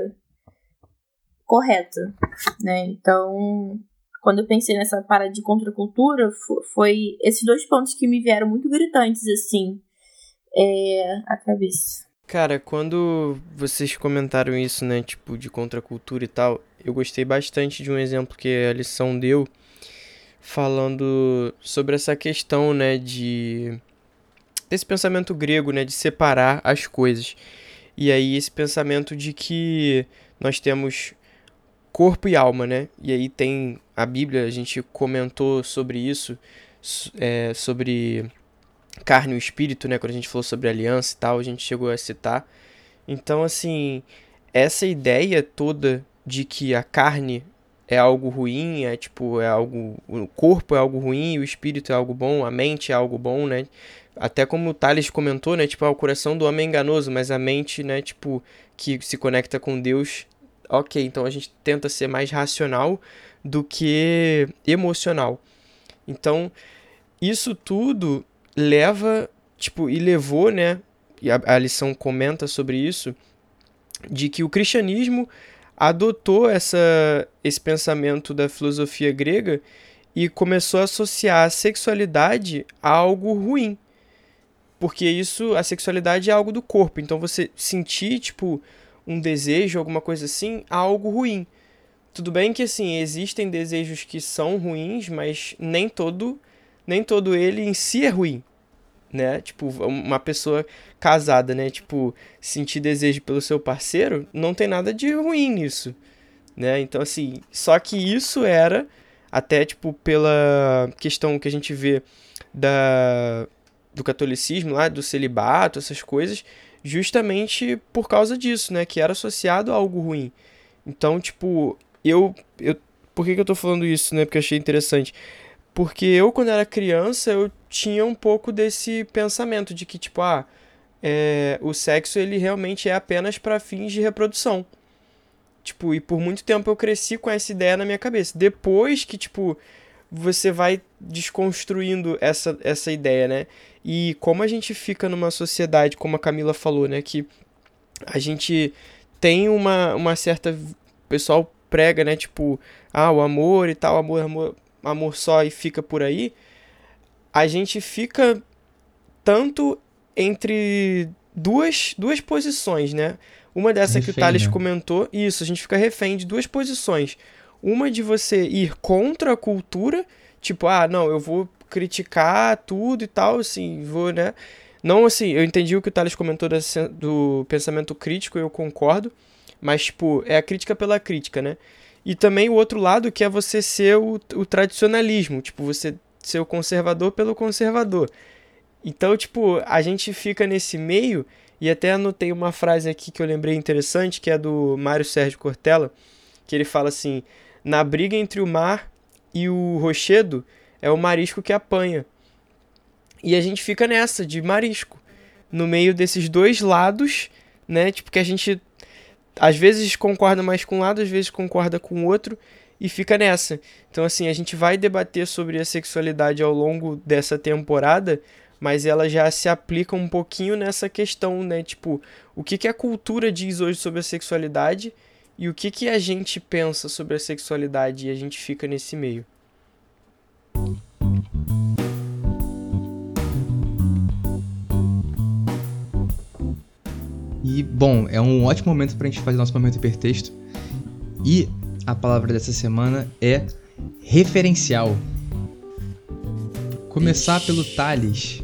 correta, né? Então, quando eu pensei nessa parada de contracultura, fo- foi esses dois pontos que me vieram muito gritantes, assim, é, à cabeça. Cara, quando vocês comentaram isso, né, tipo, de contracultura e tal, eu gostei bastante de um exemplo que a lição deu, falando sobre essa questão, né, de... desse pensamento grego, né, de separar as coisas. E aí esse pensamento de que nós temos corpo e alma, né? E aí tem a Bíblia, a gente comentou sobre isso, s- é, sobre carne e o espírito, né? Quando a gente falou sobre aliança e tal, a gente chegou a citar. Então, assim, essa ideia toda de que a carne é algo ruim, é tipo, é algo, o corpo é algo ruim, o espírito é algo bom, a mente é algo bom, né? Até como o Thales comentou, né, tipo, ah, o coração do homem é enganoso, mas a mente, né, tipo, que se conecta com Deus, ok, então a gente tenta ser mais racional do que emocional. Então, isso tudo leva, tipo, e levou, né, e a, a lição comenta sobre isso, de que o cristianismo adotou essa, esse pensamento da filosofia grega e começou a associar a sexualidade a algo ruim. Porque isso, a sexualidade é algo do corpo. Então você sentir, tipo, um desejo, alguma coisa assim, é algo ruim. Tudo bem que, assim, existem desejos que são ruins, mas nem todo, nem todo ele em si é ruim, né? Tipo, uma pessoa casada, né? Tipo, sentir desejo pelo seu parceiro, não tem nada de ruim nisso, né? Então, assim, só que isso era, até, tipo, pela questão que a gente vê da, do catolicismo lá, do celibato, essas coisas, justamente por causa disso, né? Que era associado a algo ruim. Então, tipo, eu... eu por que, que eu tô falando isso, né? Porque eu achei interessante. Porque eu, quando era criança, eu tinha um pouco desse pensamento de que, tipo, ah, é, o sexo, ele realmente é apenas para fins de reprodução. Tipo, e por muito tempo eu cresci com essa ideia na minha cabeça. Depois que, tipo, você vai desconstruindo essa, essa ideia, né? E como a gente fica numa sociedade, como a Camila falou, né? Que a gente tem uma, uma certa... O pessoal prega, né? Tipo, ah, o amor e tal, amor, amor, amor só e fica por aí. A gente fica tanto entre duas, duas posições, né? Uma dessa que o Refém, Thales né? comentou, isso, a gente fica refém de duas posições. Uma de você ir contra a cultura, tipo, ah, não, eu vou criticar tudo e tal, assim, vou, né? Não, assim, eu entendi o que o Thales comentou desse, do pensamento crítico, eu concordo, mas, tipo, é a crítica pela crítica, né? E também o outro lado, que é você ser o, o tradicionalismo, tipo, você ser o conservador pelo conservador. Então, tipo, a gente fica nesse meio, e até anotei uma frase aqui que eu lembrei interessante, que é do Mário Sérgio Cortella, que ele fala assim: na briga entre o mar e o rochedo, é o marisco que apanha. E a gente fica nessa, de marisco, no meio desses dois lados, né? Tipo, que a gente às vezes concorda mais com um lado, às vezes concorda com o outro, e fica nessa. Então, assim, a gente vai debater sobre a sexualidade ao longo dessa temporada, mas ela já se aplica um pouquinho nessa questão, né? Tipo, o que, que a cultura diz hoje sobre a sexualidade e o que, que a gente pensa sobre a sexualidade, e a gente fica nesse meio. E, bom, é um ótimo momento pra gente fazer nosso momento hipertexto. E a palavra dessa semana é referencial. Começar pelo Thales.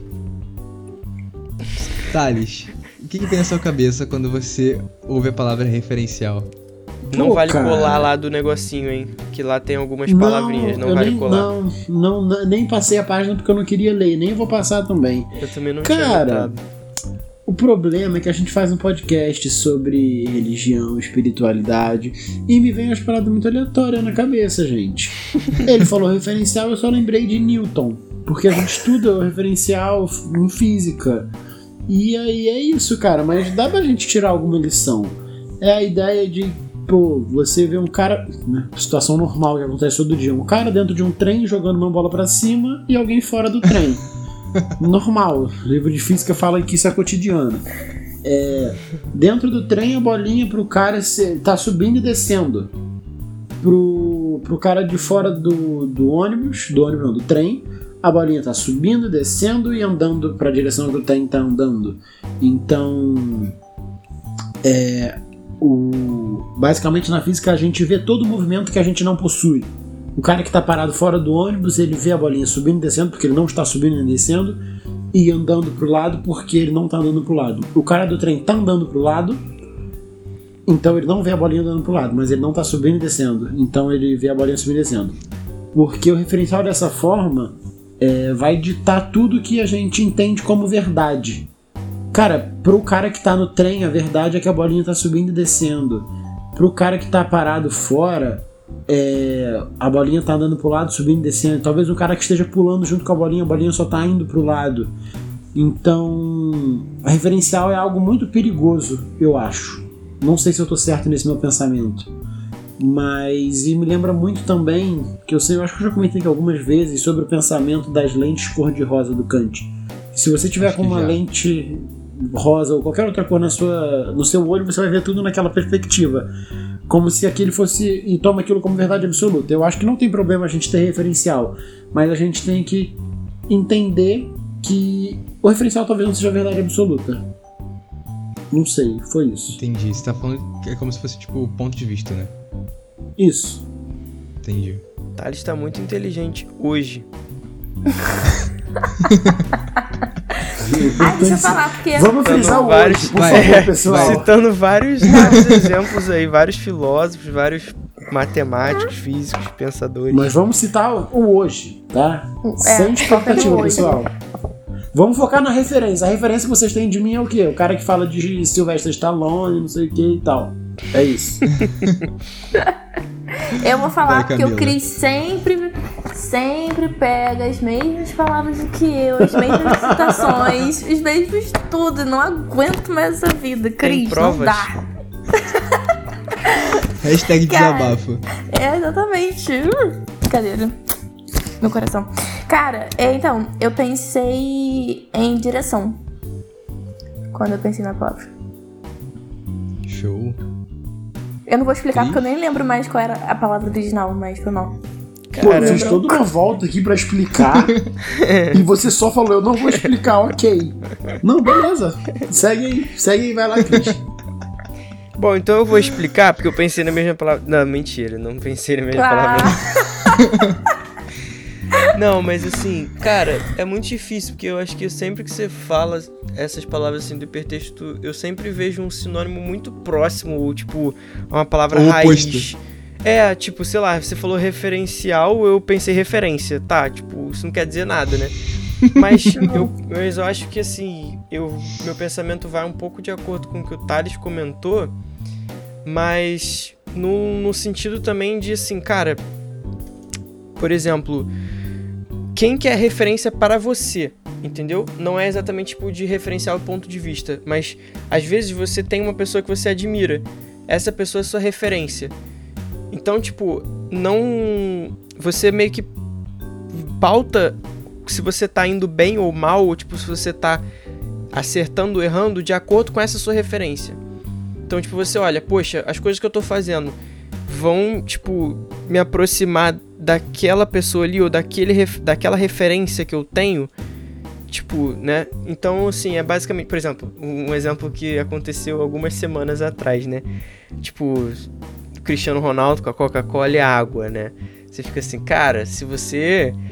Thales, o que, que tem na sua cabeça quando você ouve a palavra referencial? Não Pô, vale cara. colar lá do negocinho, hein? Que lá tem algumas Não, palavrinhas, não eu vale nem, colar. Não, não, não, nem passei a página porque eu não queria ler, nem vou passar também. Eu também não tinha Cara, notado. o problema é que a gente faz um podcast sobre religião, espiritualidade, e me vem umas paradas muito aleatórias na cabeça, gente. Ele falou referencial, eu só lembrei de Newton, porque a gente estuda o referencial em física. E aí é isso, cara, mas dá pra gente tirar alguma lição. É a ideia de, pô, você vê um cara, né, situação normal que acontece todo dia, um cara dentro de um trem jogando uma bola pra cima e alguém fora do trem. Normal, o livro de física fala que isso é cotidiano. É, dentro do trem a bolinha pro cara se, tá subindo e descendo. Pro, pro cara de fora do, do ônibus, do ônibus não, do trem, a bolinha tá subindo, descendo e andando pra direção que o trem tá andando. Então, é, o, basicamente na física a gente vê todo o movimento que a gente não possui. O cara que tá parado fora do ônibus, ele vê a bolinha subindo e descendo porque ele não está subindo nem descendo, e andando pro lado porque ele não tá andando pro lado. O cara do trem tá andando pro lado, então ele não vê a bolinha andando pro lado, mas ele não tá subindo e descendo, então ele vê a bolinha subindo e descendo. Porque o referencial dessa forma é, vai ditar tudo que a gente entende como verdade. Cara, pro cara que tá no trem, a verdade é que a bolinha tá subindo e descendo. Pro cara que tá parado fora, é, a bolinha tá andando pro lado, subindo e descendo. Talvez o cara que esteja pulando junto com a bolinha, a bolinha só tá indo pro lado. Então, a referencial é algo muito perigoso, eu acho. Não sei se eu tô certo nesse meu pensamento. Mas, e me lembra muito também, que eu sei, eu acho que eu já comentei aqui algumas vezes, sobre o pensamento das lentes cor-de-rosa do Kant. Se você tiver com uma já. lente rosa ou qualquer outra cor na sua, no seu olho, você vai ver tudo naquela perspectiva. Como se aquele fosse, e toma aquilo como verdade absoluta. Eu acho que não tem problema a gente ter referencial, mas a gente tem que entender que o referencial talvez não seja a verdade absoluta. Não sei, foi isso. Entendi, você tá falando que é como se fosse tipo o ponto de vista, né? Isso. Entendi. Thales tá muito inteligente hoje. Ai, deixa eu falar, porque... Vamos frisar o vários, hoje, por vai, favor, pessoal. Citando vários, vários exemplos aí, vários filósofos, vários matemáticos, físicos, pensadores. Mas vamos citar o hoje, tá? É, Sem expectativa, hoje. pessoal. Vamos focar na referência. A referência que vocês têm de mim é o quê? O cara que fala de Sylvester Stallone, não sei o que e tal. É isso. Eu vou falar Vai, porque o Camila. Cris sempre, sempre pega as mesmas palavras do que eu, as mesmas citações, os mesmos tudo. Não aguento mais essa vida, Cris. Não provas? dá. Hashtag Cara, desabafo. É, exatamente. Uh, Brincadeira. Meu coração. Cara, é, então, eu pensei em direção. Quando eu pensei na palavra. Show. Eu não vou explicar Cris? porque eu nem lembro mais qual era a palavra original, mas foi mal. Pô, eu fiz Caramba. toda uma volta aqui pra explicar e você só falou, eu não vou explicar, ok. Não, beleza. Segue aí, segue aí, vai lá, Cris. Bom, então eu vou explicar porque eu pensei na mesma palavra. Não, mentira, não pensei na mesma palavra. Ah, Não, mas assim, cara, é muito difícil, porque eu acho que sempre que você fala essas palavras assim do hipertexto, eu sempre vejo um sinônimo muito próximo, ou tipo, uma palavra Ou raiz. oposto. É, tipo, sei lá, você falou referencial, eu pensei referência, tá, tipo, isso não quer dizer nada, né? Mas eu, mas eu acho que assim, eu, meu pensamento vai um pouco de acordo com o que o Thales comentou, mas no, no sentido também de assim, cara, por exemplo, quem que é referência para você, entendeu? Não é exatamente tipo de referencial ponto de vista, mas às vezes você tem uma pessoa que você admira, essa pessoa é sua referência. Então, tipo, não... Você meio que pauta se você tá indo bem ou mal, ou tipo, se você tá acertando ou errando de acordo com essa sua referência. Então, tipo, você olha, poxa, as coisas que eu tô fazendo vão, tipo, me aproximar daquela pessoa ali, ou daquele ref... daquela referência que eu tenho, tipo, né? Então, assim, é basicamente, por exemplo, um exemplo que aconteceu algumas semanas atrás, né? Tipo, Cristiano Ronaldo com a Coca-Cola e a água, né? Você fica assim, cara, se você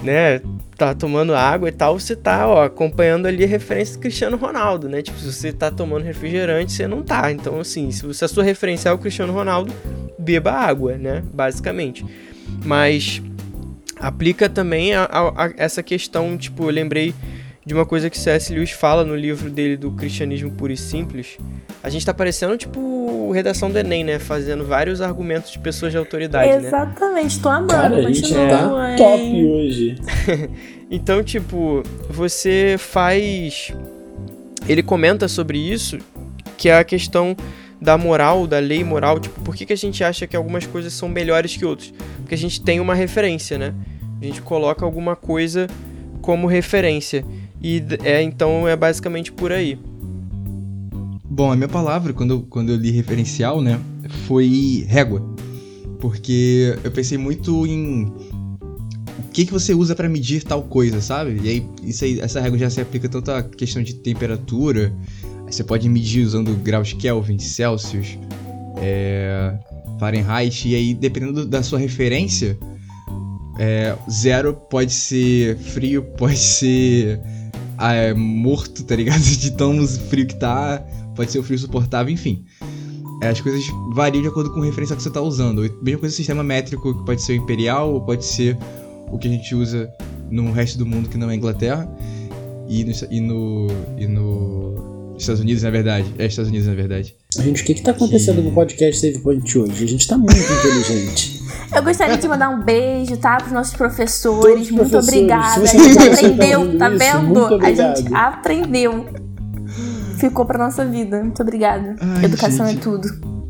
né, tá tomando água e tal, você tá, ó, acompanhando ali a referência do Cristiano Ronaldo, né? Tipo, se você tá tomando refrigerante, você não tá. Então, assim, se você, a sua referência é o Cristiano Ronaldo, beba água, né? Basicamente. Mas aplica também a, a, a essa questão, tipo, eu lembrei de uma coisa que C S Lewis fala no livro dele do Cristianismo Puro e Simples. A gente tá parecendo, tipo, redação do Enem, né? Fazendo vários argumentos de pessoas de autoridade, Exatamente, né? tô amando. Cara, a gente tá top hoje. Então, tipo, você faz... Ele comenta sobre isso, que é a questão da moral, da lei moral. Tipo, por que, que a gente acha que algumas coisas são melhores que outras? Porque a gente tem uma referência, né? A gente coloca alguma coisa como referência. E é, então é basicamente por aí. Bom, a minha palavra, quando eu, quando eu li referencial, né, foi régua. Porque eu pensei muito em o que, que você usa pra medir tal coisa, sabe? E aí, isso aí, essa régua já se aplica tanto à questão de temperatura. Aí você pode medir usando graus Kelvin, Celsius, é, Fahrenheit. E aí, dependendo da sua referência, é, zero pode ser frio, pode ser ah, é, morto, tá ligado? De tão frio que tá, pode ser um frio suportável, enfim. É, as coisas variam de acordo com a referência que você tá usando. Mesma coisa, sistema métrico, que pode ser o imperial, ou pode ser o que a gente usa no resto do mundo que não é Inglaterra. E no, e no, e no Estados Unidos, na verdade. É, Estados Unidos, na verdade. Gente, o que que tá acontecendo que... no podcast Save Point hoje? A gente tá muito inteligente. Eu gostaria de mandar um beijo, tá? Pros nossos professores. Os muito professores, obrigada. A se gente você aprendeu, tá tá isso, vendo? muito A obrigado. gente aprendeu. Ficou pra nossa vida. Muito obrigada. Ai, Educação gente. é tudo.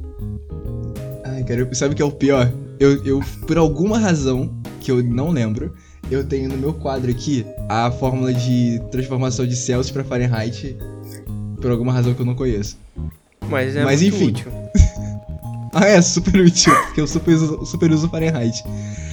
Ai, cara, eu- sabe o que é o pior? Eu, eu, por alguma razão, que eu não lembro, eu tenho no meu quadro aqui a fórmula de transformação de Celsius pra Fahrenheit, por alguma razão que eu não conheço. Mas é Mas muito enfim. útil. Ah, é, super útil, porque eu super uso, super uso Fahrenheit.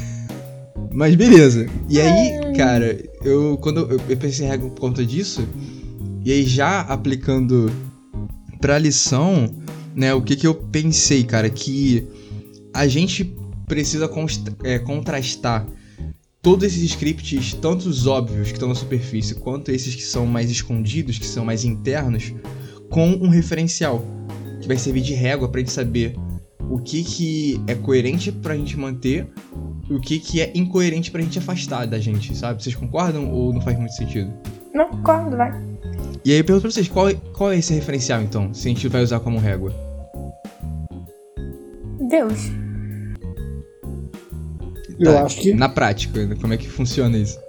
Mas beleza. E aí, cara, eu quando eu, eu pensei em regra por conta disso, e aí já aplicando pra lição, né, o que que eu pensei, cara, que a gente precisa const- é, contrastar todos esses scripts, tanto os óbvios que estão na superfície, quanto esses que são mais escondidos, que são mais internos, com um referencial, que vai servir de régua pra gente saber o que que é coerente pra gente manter e o que que é incoerente pra gente afastar da gente, sabe? Vocês concordam ou não faz muito sentido? Não concordo, vai. E aí eu pergunto pra vocês, qual é, qual é esse referencial então, se a gente vai usar como régua? Deus. Eu Tá, acho que na prática, né, como é que funciona isso?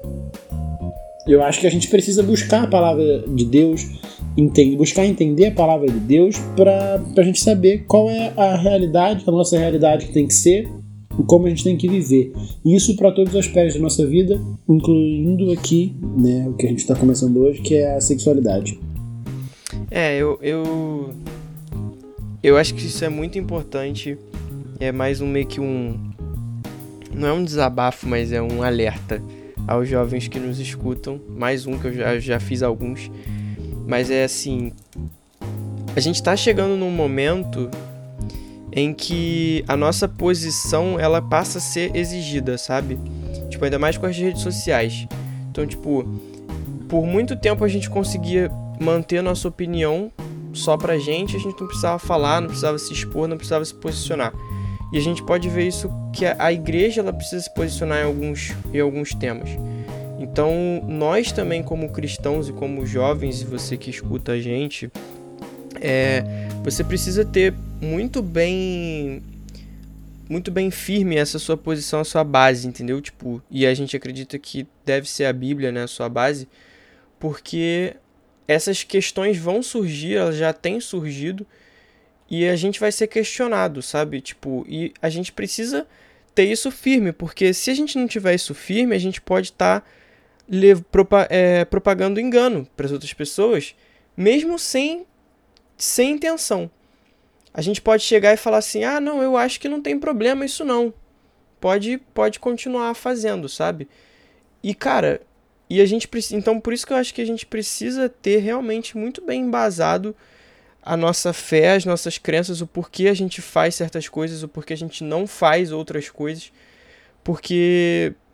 eu acho que a gente precisa buscar a palavra de Deus, entender, buscar entender a palavra de Deus pra, pra gente saber qual é a realidade, a nossa realidade que tem que ser e como a gente tem que viver. Isso para todos os aspectos da nossa vida, incluindo aqui, né, o que a gente tá começando hoje, que é a sexualidade. É, eu, eu. Eu acho que isso é muito importante. É mais um meio que um. Não é um desabafo, mas é um alerta aos jovens que nos escutam. Mais um que eu já, já fiz alguns. Mas é assim. A gente tá chegando num momento em que a nossa posição ela passa a ser exigida, sabe? Tipo, ainda mais com as redes sociais. Então, tipo, por muito tempo a gente conseguia manter a nossa opinião só pra gente, a gente não precisava falar, não precisava se expor, não precisava se posicionar. E a gente pode ver isso que a, a igreja ela precisa se posicionar em alguns, em alguns temas. Então, nós também como cristãos e como jovens, e você que escuta a gente, é, você precisa ter muito bem muito bem firme essa sua posição, a sua base, entendeu? Tipo, e a gente acredita que deve ser a Bíblia, né, a sua base, porque essas questões vão surgir, elas já têm surgido, e a gente vai ser questionado, sabe? Tipo, e a gente precisa ter isso firme, porque se a gente não tiver isso firme, a gente pode estar tá lev- propa- é, propagando engano para as outras pessoas, mesmo sem, sem intenção. A gente pode chegar e falar assim, ah, não, eu acho que não tem problema isso não. Pode, pode continuar fazendo, sabe? E, cara, e a gente precisa, então por isso que eu acho que a gente precisa ter realmente muito bem embasado a nossa fé, as nossas crenças, o porquê a gente faz certas coisas, o porquê a gente não faz outras coisas, porque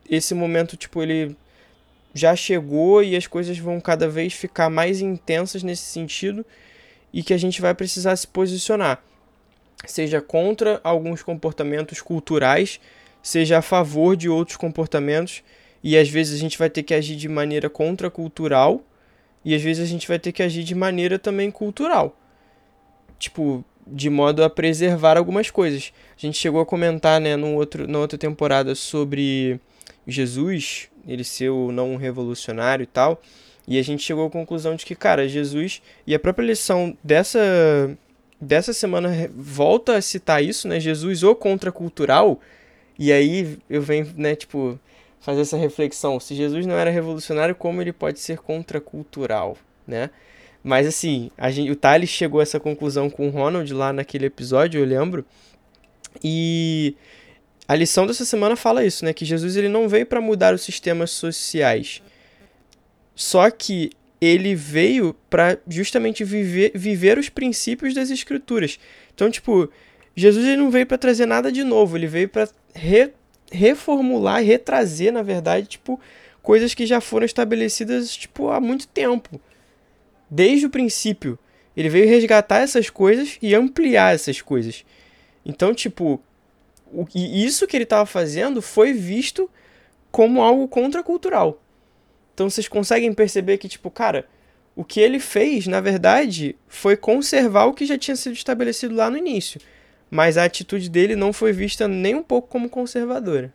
esse momento, tipo, ele já chegou e as coisas vão cada vez ficar mais intensas nesse sentido e que a gente vai precisar se posicionar, seja contra alguns comportamentos culturais, seja a favor de outros comportamentos, e às vezes a gente vai ter que agir de maneira contracultural e às vezes a gente vai ter que agir de maneira também cultural, tipo, de modo a preservar algumas coisas. A gente chegou a comentar, né, no outro, na outra temporada sobre Jesus, ele ser o não revolucionário e tal, e a gente chegou à conclusão de que, cara, Jesus, e a própria lição dessa, dessa semana volta a citar isso, né, Jesus o contracultural, e aí eu venho, né, tipo, fazer essa reflexão, se Jesus não era revolucionário, como ele pode ser contracultural, né? Mas assim, a gente, o Thales chegou a essa conclusão com o Ronald lá naquele episódio, eu lembro, e a lição dessa semana fala isso, né? Que Jesus ele não veio para mudar os sistemas sociais. Só que ele veio para justamente viver, viver os princípios das escrituras. Então, tipo, Jesus ele não veio para trazer nada de novo. Ele veio para re, reformular, retrazer, na verdade, tipo, coisas que já foram estabelecidas, tipo, há muito tempo. Desde o princípio. Ele veio resgatar essas coisas e ampliar essas coisas. Então, tipo, o, e isso que ele estava fazendo foi visto como algo contracultural. Então vocês conseguem perceber que, tipo, cara, o que ele fez, na verdade, foi conservar o que já tinha sido estabelecido lá no início. Mas a atitude dele não foi vista nem um pouco como conservadora.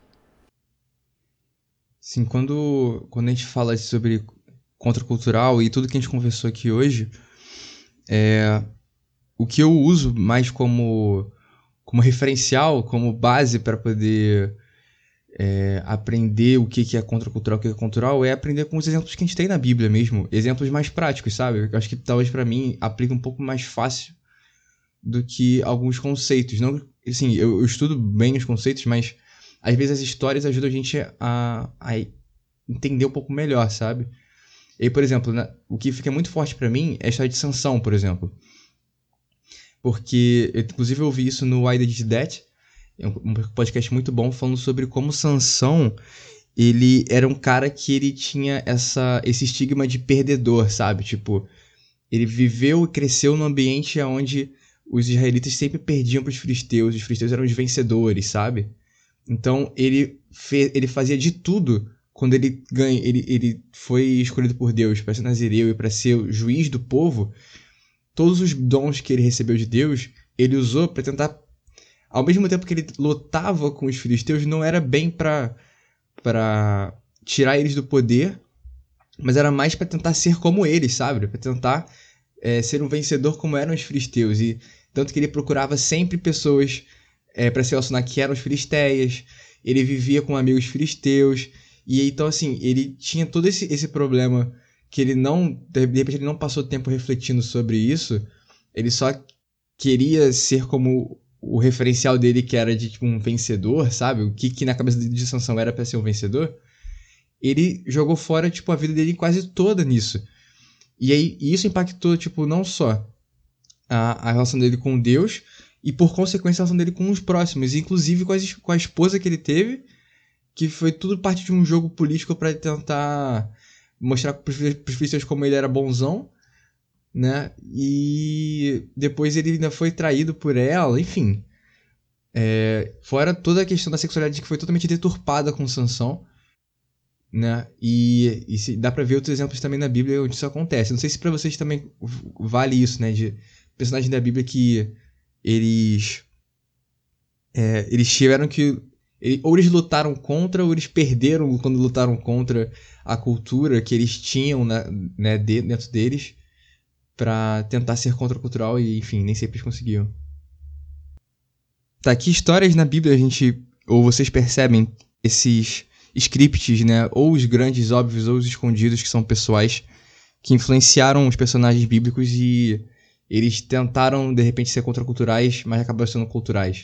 Sim, quando, quando a gente fala sobre contracultural e tudo que a gente conversou aqui hoje, é, o que eu uso mais como, como referencial, como base para poder é, aprender o que é contracultural, o que é cultural, é aprender com os exemplos que a gente tem na Bíblia mesmo, exemplos mais práticos, sabe? Eu acho que talvez para mim aplica um pouco mais fácil do que alguns conceitos. Não, assim, eu, eu estudo bem os conceitos, mas às vezes as histórias ajudam a gente a, a entender um pouco melhor, sabe? E, por exemplo, né, o que fica muito forte pra mim é a história de Sansão, por exemplo. Porque, eu, inclusive, eu ouvi isso no I Did That, é um podcast muito bom, falando sobre como Sansão, ele era um cara que ele tinha essa, esse estigma de perdedor, sabe? Tipo, ele viveu e cresceu num ambiente onde os israelitas sempre perdiam pros filisteus, os filisteus eram os vencedores, sabe? Então, ele, fe, ele fazia de tudo. Quando ele, ganha, ele, ele foi escolhido por Deus para ser nazireu e para ser o juiz do povo, todos os dons que ele recebeu de Deus, ele usou para tentar, ao mesmo tempo que ele lutava com os filisteus, não era bem para para tirar eles do poder, mas era mais para tentar ser como eles, sabe? Para tentar é, ser um vencedor como eram os filisteus. E tanto que ele procurava sempre pessoas é, para se relacionar que eram os filisteias, ele vivia com amigos filisteus. E então, assim, ele tinha todo esse, esse problema que ele não... De repente, ele não passou tempo refletindo sobre isso. Ele só queria ser como o referencial dele, que era de tipo, um vencedor, sabe? O que, que na cabeça de Sansão era pra ser um vencedor. Ele jogou fora, tipo, a vida dele quase toda nisso. E aí, isso impactou, tipo, não só a, a relação dele com Deus, e por consequência a relação dele com os próximos, inclusive com a, com a esposa que ele teve, que foi tudo parte de um jogo político para tentar mostrar para os filisteus como ele era bonzão, né? E depois ele ainda foi traído por ela, enfim. É, fora toda a questão da sexualidade que foi totalmente deturpada com Sansão, né? E, e se, dá pra ver outros exemplos também na Bíblia onde isso acontece. Não sei se pra vocês também vale isso, né? De personagens da Bíblia que eles... É, eles tiveram que... Ou eles lutaram contra, ou eles perderam quando lutaram contra a cultura que eles tinham, né, né, dentro deles, pra tentar ser contracultural e, enfim, nem sempre eles conseguiam. Tá, que histórias na Bíblia a gente, ou vocês percebem esses scripts, né, ou os grandes óbvios, ou os escondidos, que são pessoais, que influenciaram os personagens bíblicos e eles tentaram, de repente, ser contraculturais, mas acabaram sendo culturais?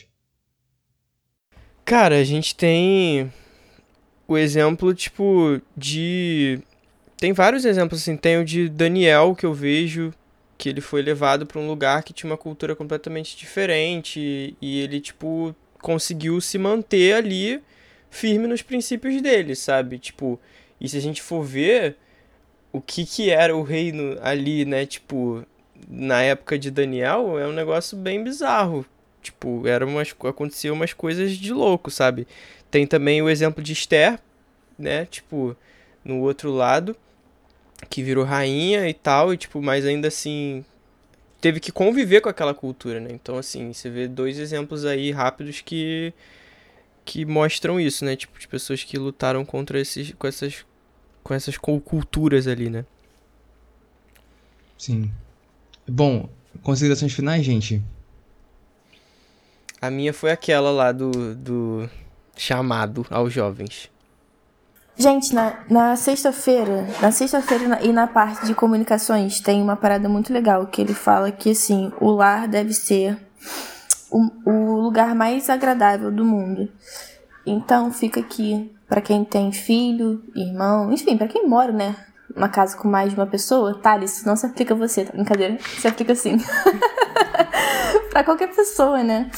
Cara, a gente tem o exemplo, tipo, de... Tem vários exemplos, assim. Tem o de Daniel, que eu vejo, que ele foi levado para um lugar que tinha uma cultura completamente diferente e ele, tipo, conseguiu se manter ali firme nos princípios dele, sabe? Tipo, e se a gente for ver o que que era o reino ali, né? Tipo, na época de Daniel, é um negócio bem bizarro. Tipo, era umas, aconteciam umas coisas de louco, sabe? Tem também o exemplo de Esther, né? Tipo, no outro lado, que virou rainha e tal, e tipo, mas ainda assim teve que conviver com aquela cultura, né? Então, assim, você vê dois exemplos aí rápidos que que mostram isso, né? Tipo, de pessoas que lutaram contra esses com essas com essas culturas ali, né? Sim. Bom, considerações finais, gente? A minha foi aquela lá do, do chamado aos jovens. Gente, na, na sexta-feira, na sexta-feira na- e na parte de comunicações tem uma parada muito legal que ele fala que, assim, o lar deve ser o, o lugar mais agradável do mundo. Então fica aqui pra quem tem filho, irmão, enfim, pra quem mora, né, numa casa com mais de uma pessoa. Thales, não se aplica a você, tá? Brincadeira, se aplica sim. Pra qualquer pessoa, né?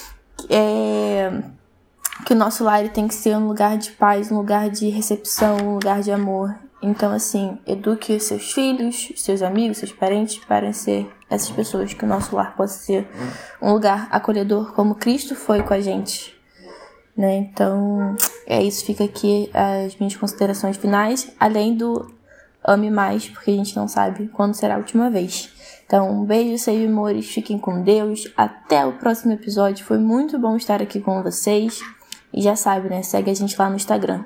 É... que o nosso lar ele tem que ser um lugar de paz, um lugar de recepção, um lugar de amor. Então, assim, eduque seus filhos, seus amigos, seus parentes para ser essas pessoas, que o nosso lar possa ser um lugar acolhedor como Cristo foi com a gente, né? Então, é isso, fica aqui as minhas considerações finais, além do ame mais, porque a gente não sabe quando será a última vez. Então, um beijo, save amores, fiquem com Deus, até o próximo episódio, foi muito bom estar aqui com vocês. E já sabe, né? Segue a gente lá no Instagram.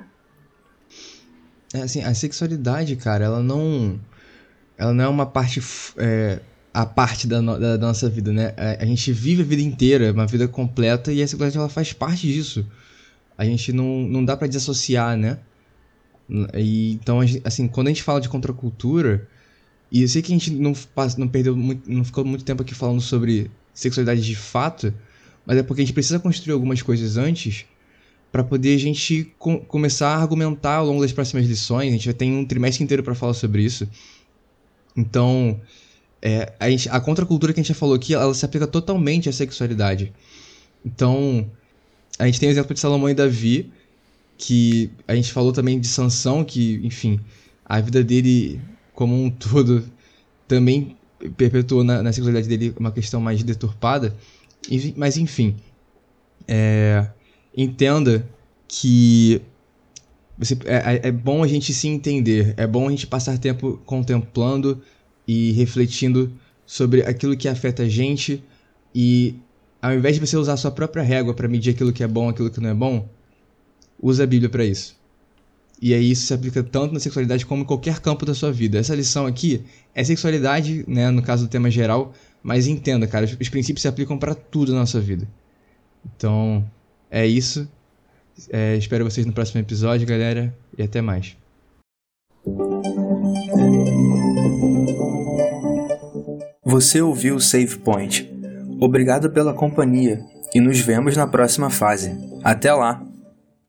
É, assim, a sexualidade, cara, ela não... Ela não é uma parte... É, a parte da, no, da, da nossa vida, né? A, a gente vive a vida inteira, uma vida completa, e a sexualidade, ela faz parte disso. A gente não, não dá pra desassociar, né? E, então, a gente, assim, quando a gente fala de contracultura... E eu sei que a gente não, não perdeu muito, não ficou muito tempo aqui falando sobre sexualidade de fato, mas é porque a gente precisa construir algumas coisas antes para poder a gente com, começar a argumentar ao longo das próximas lições. A gente vai ter um trimestre inteiro para falar sobre isso. Então, é, a, gente, a contracultura que a gente já falou aqui, ela se aplica totalmente à sexualidade. Então, a gente tem o exemplo de Salomão e Davi, que a gente falou também de Sansão, que, enfim, a vida dele como um todo também perpetuou na, na sexualidade dele uma questão mais deturpada. Mas, enfim, é... entenda que você, é, é bom a gente se entender, é bom a gente passar tempo contemplando e refletindo sobre aquilo que afeta a gente, e ao invés de você usar a sua própria régua para medir aquilo que é bom, aquilo que não é bom, usa a Bíblia para isso. E aí isso se aplica tanto na sexualidade como em qualquer campo da sua vida. Essa lição aqui é sexualidade, né, no caso do tema geral, mas entenda, cara, os princípios se aplicam para tudo na nossa vida. Então, é isso. É, espero vocês no próximo episódio, galera, e até mais. Você ouviu o Save Point. Obrigado pela companhia e nos vemos na próxima fase. Até lá!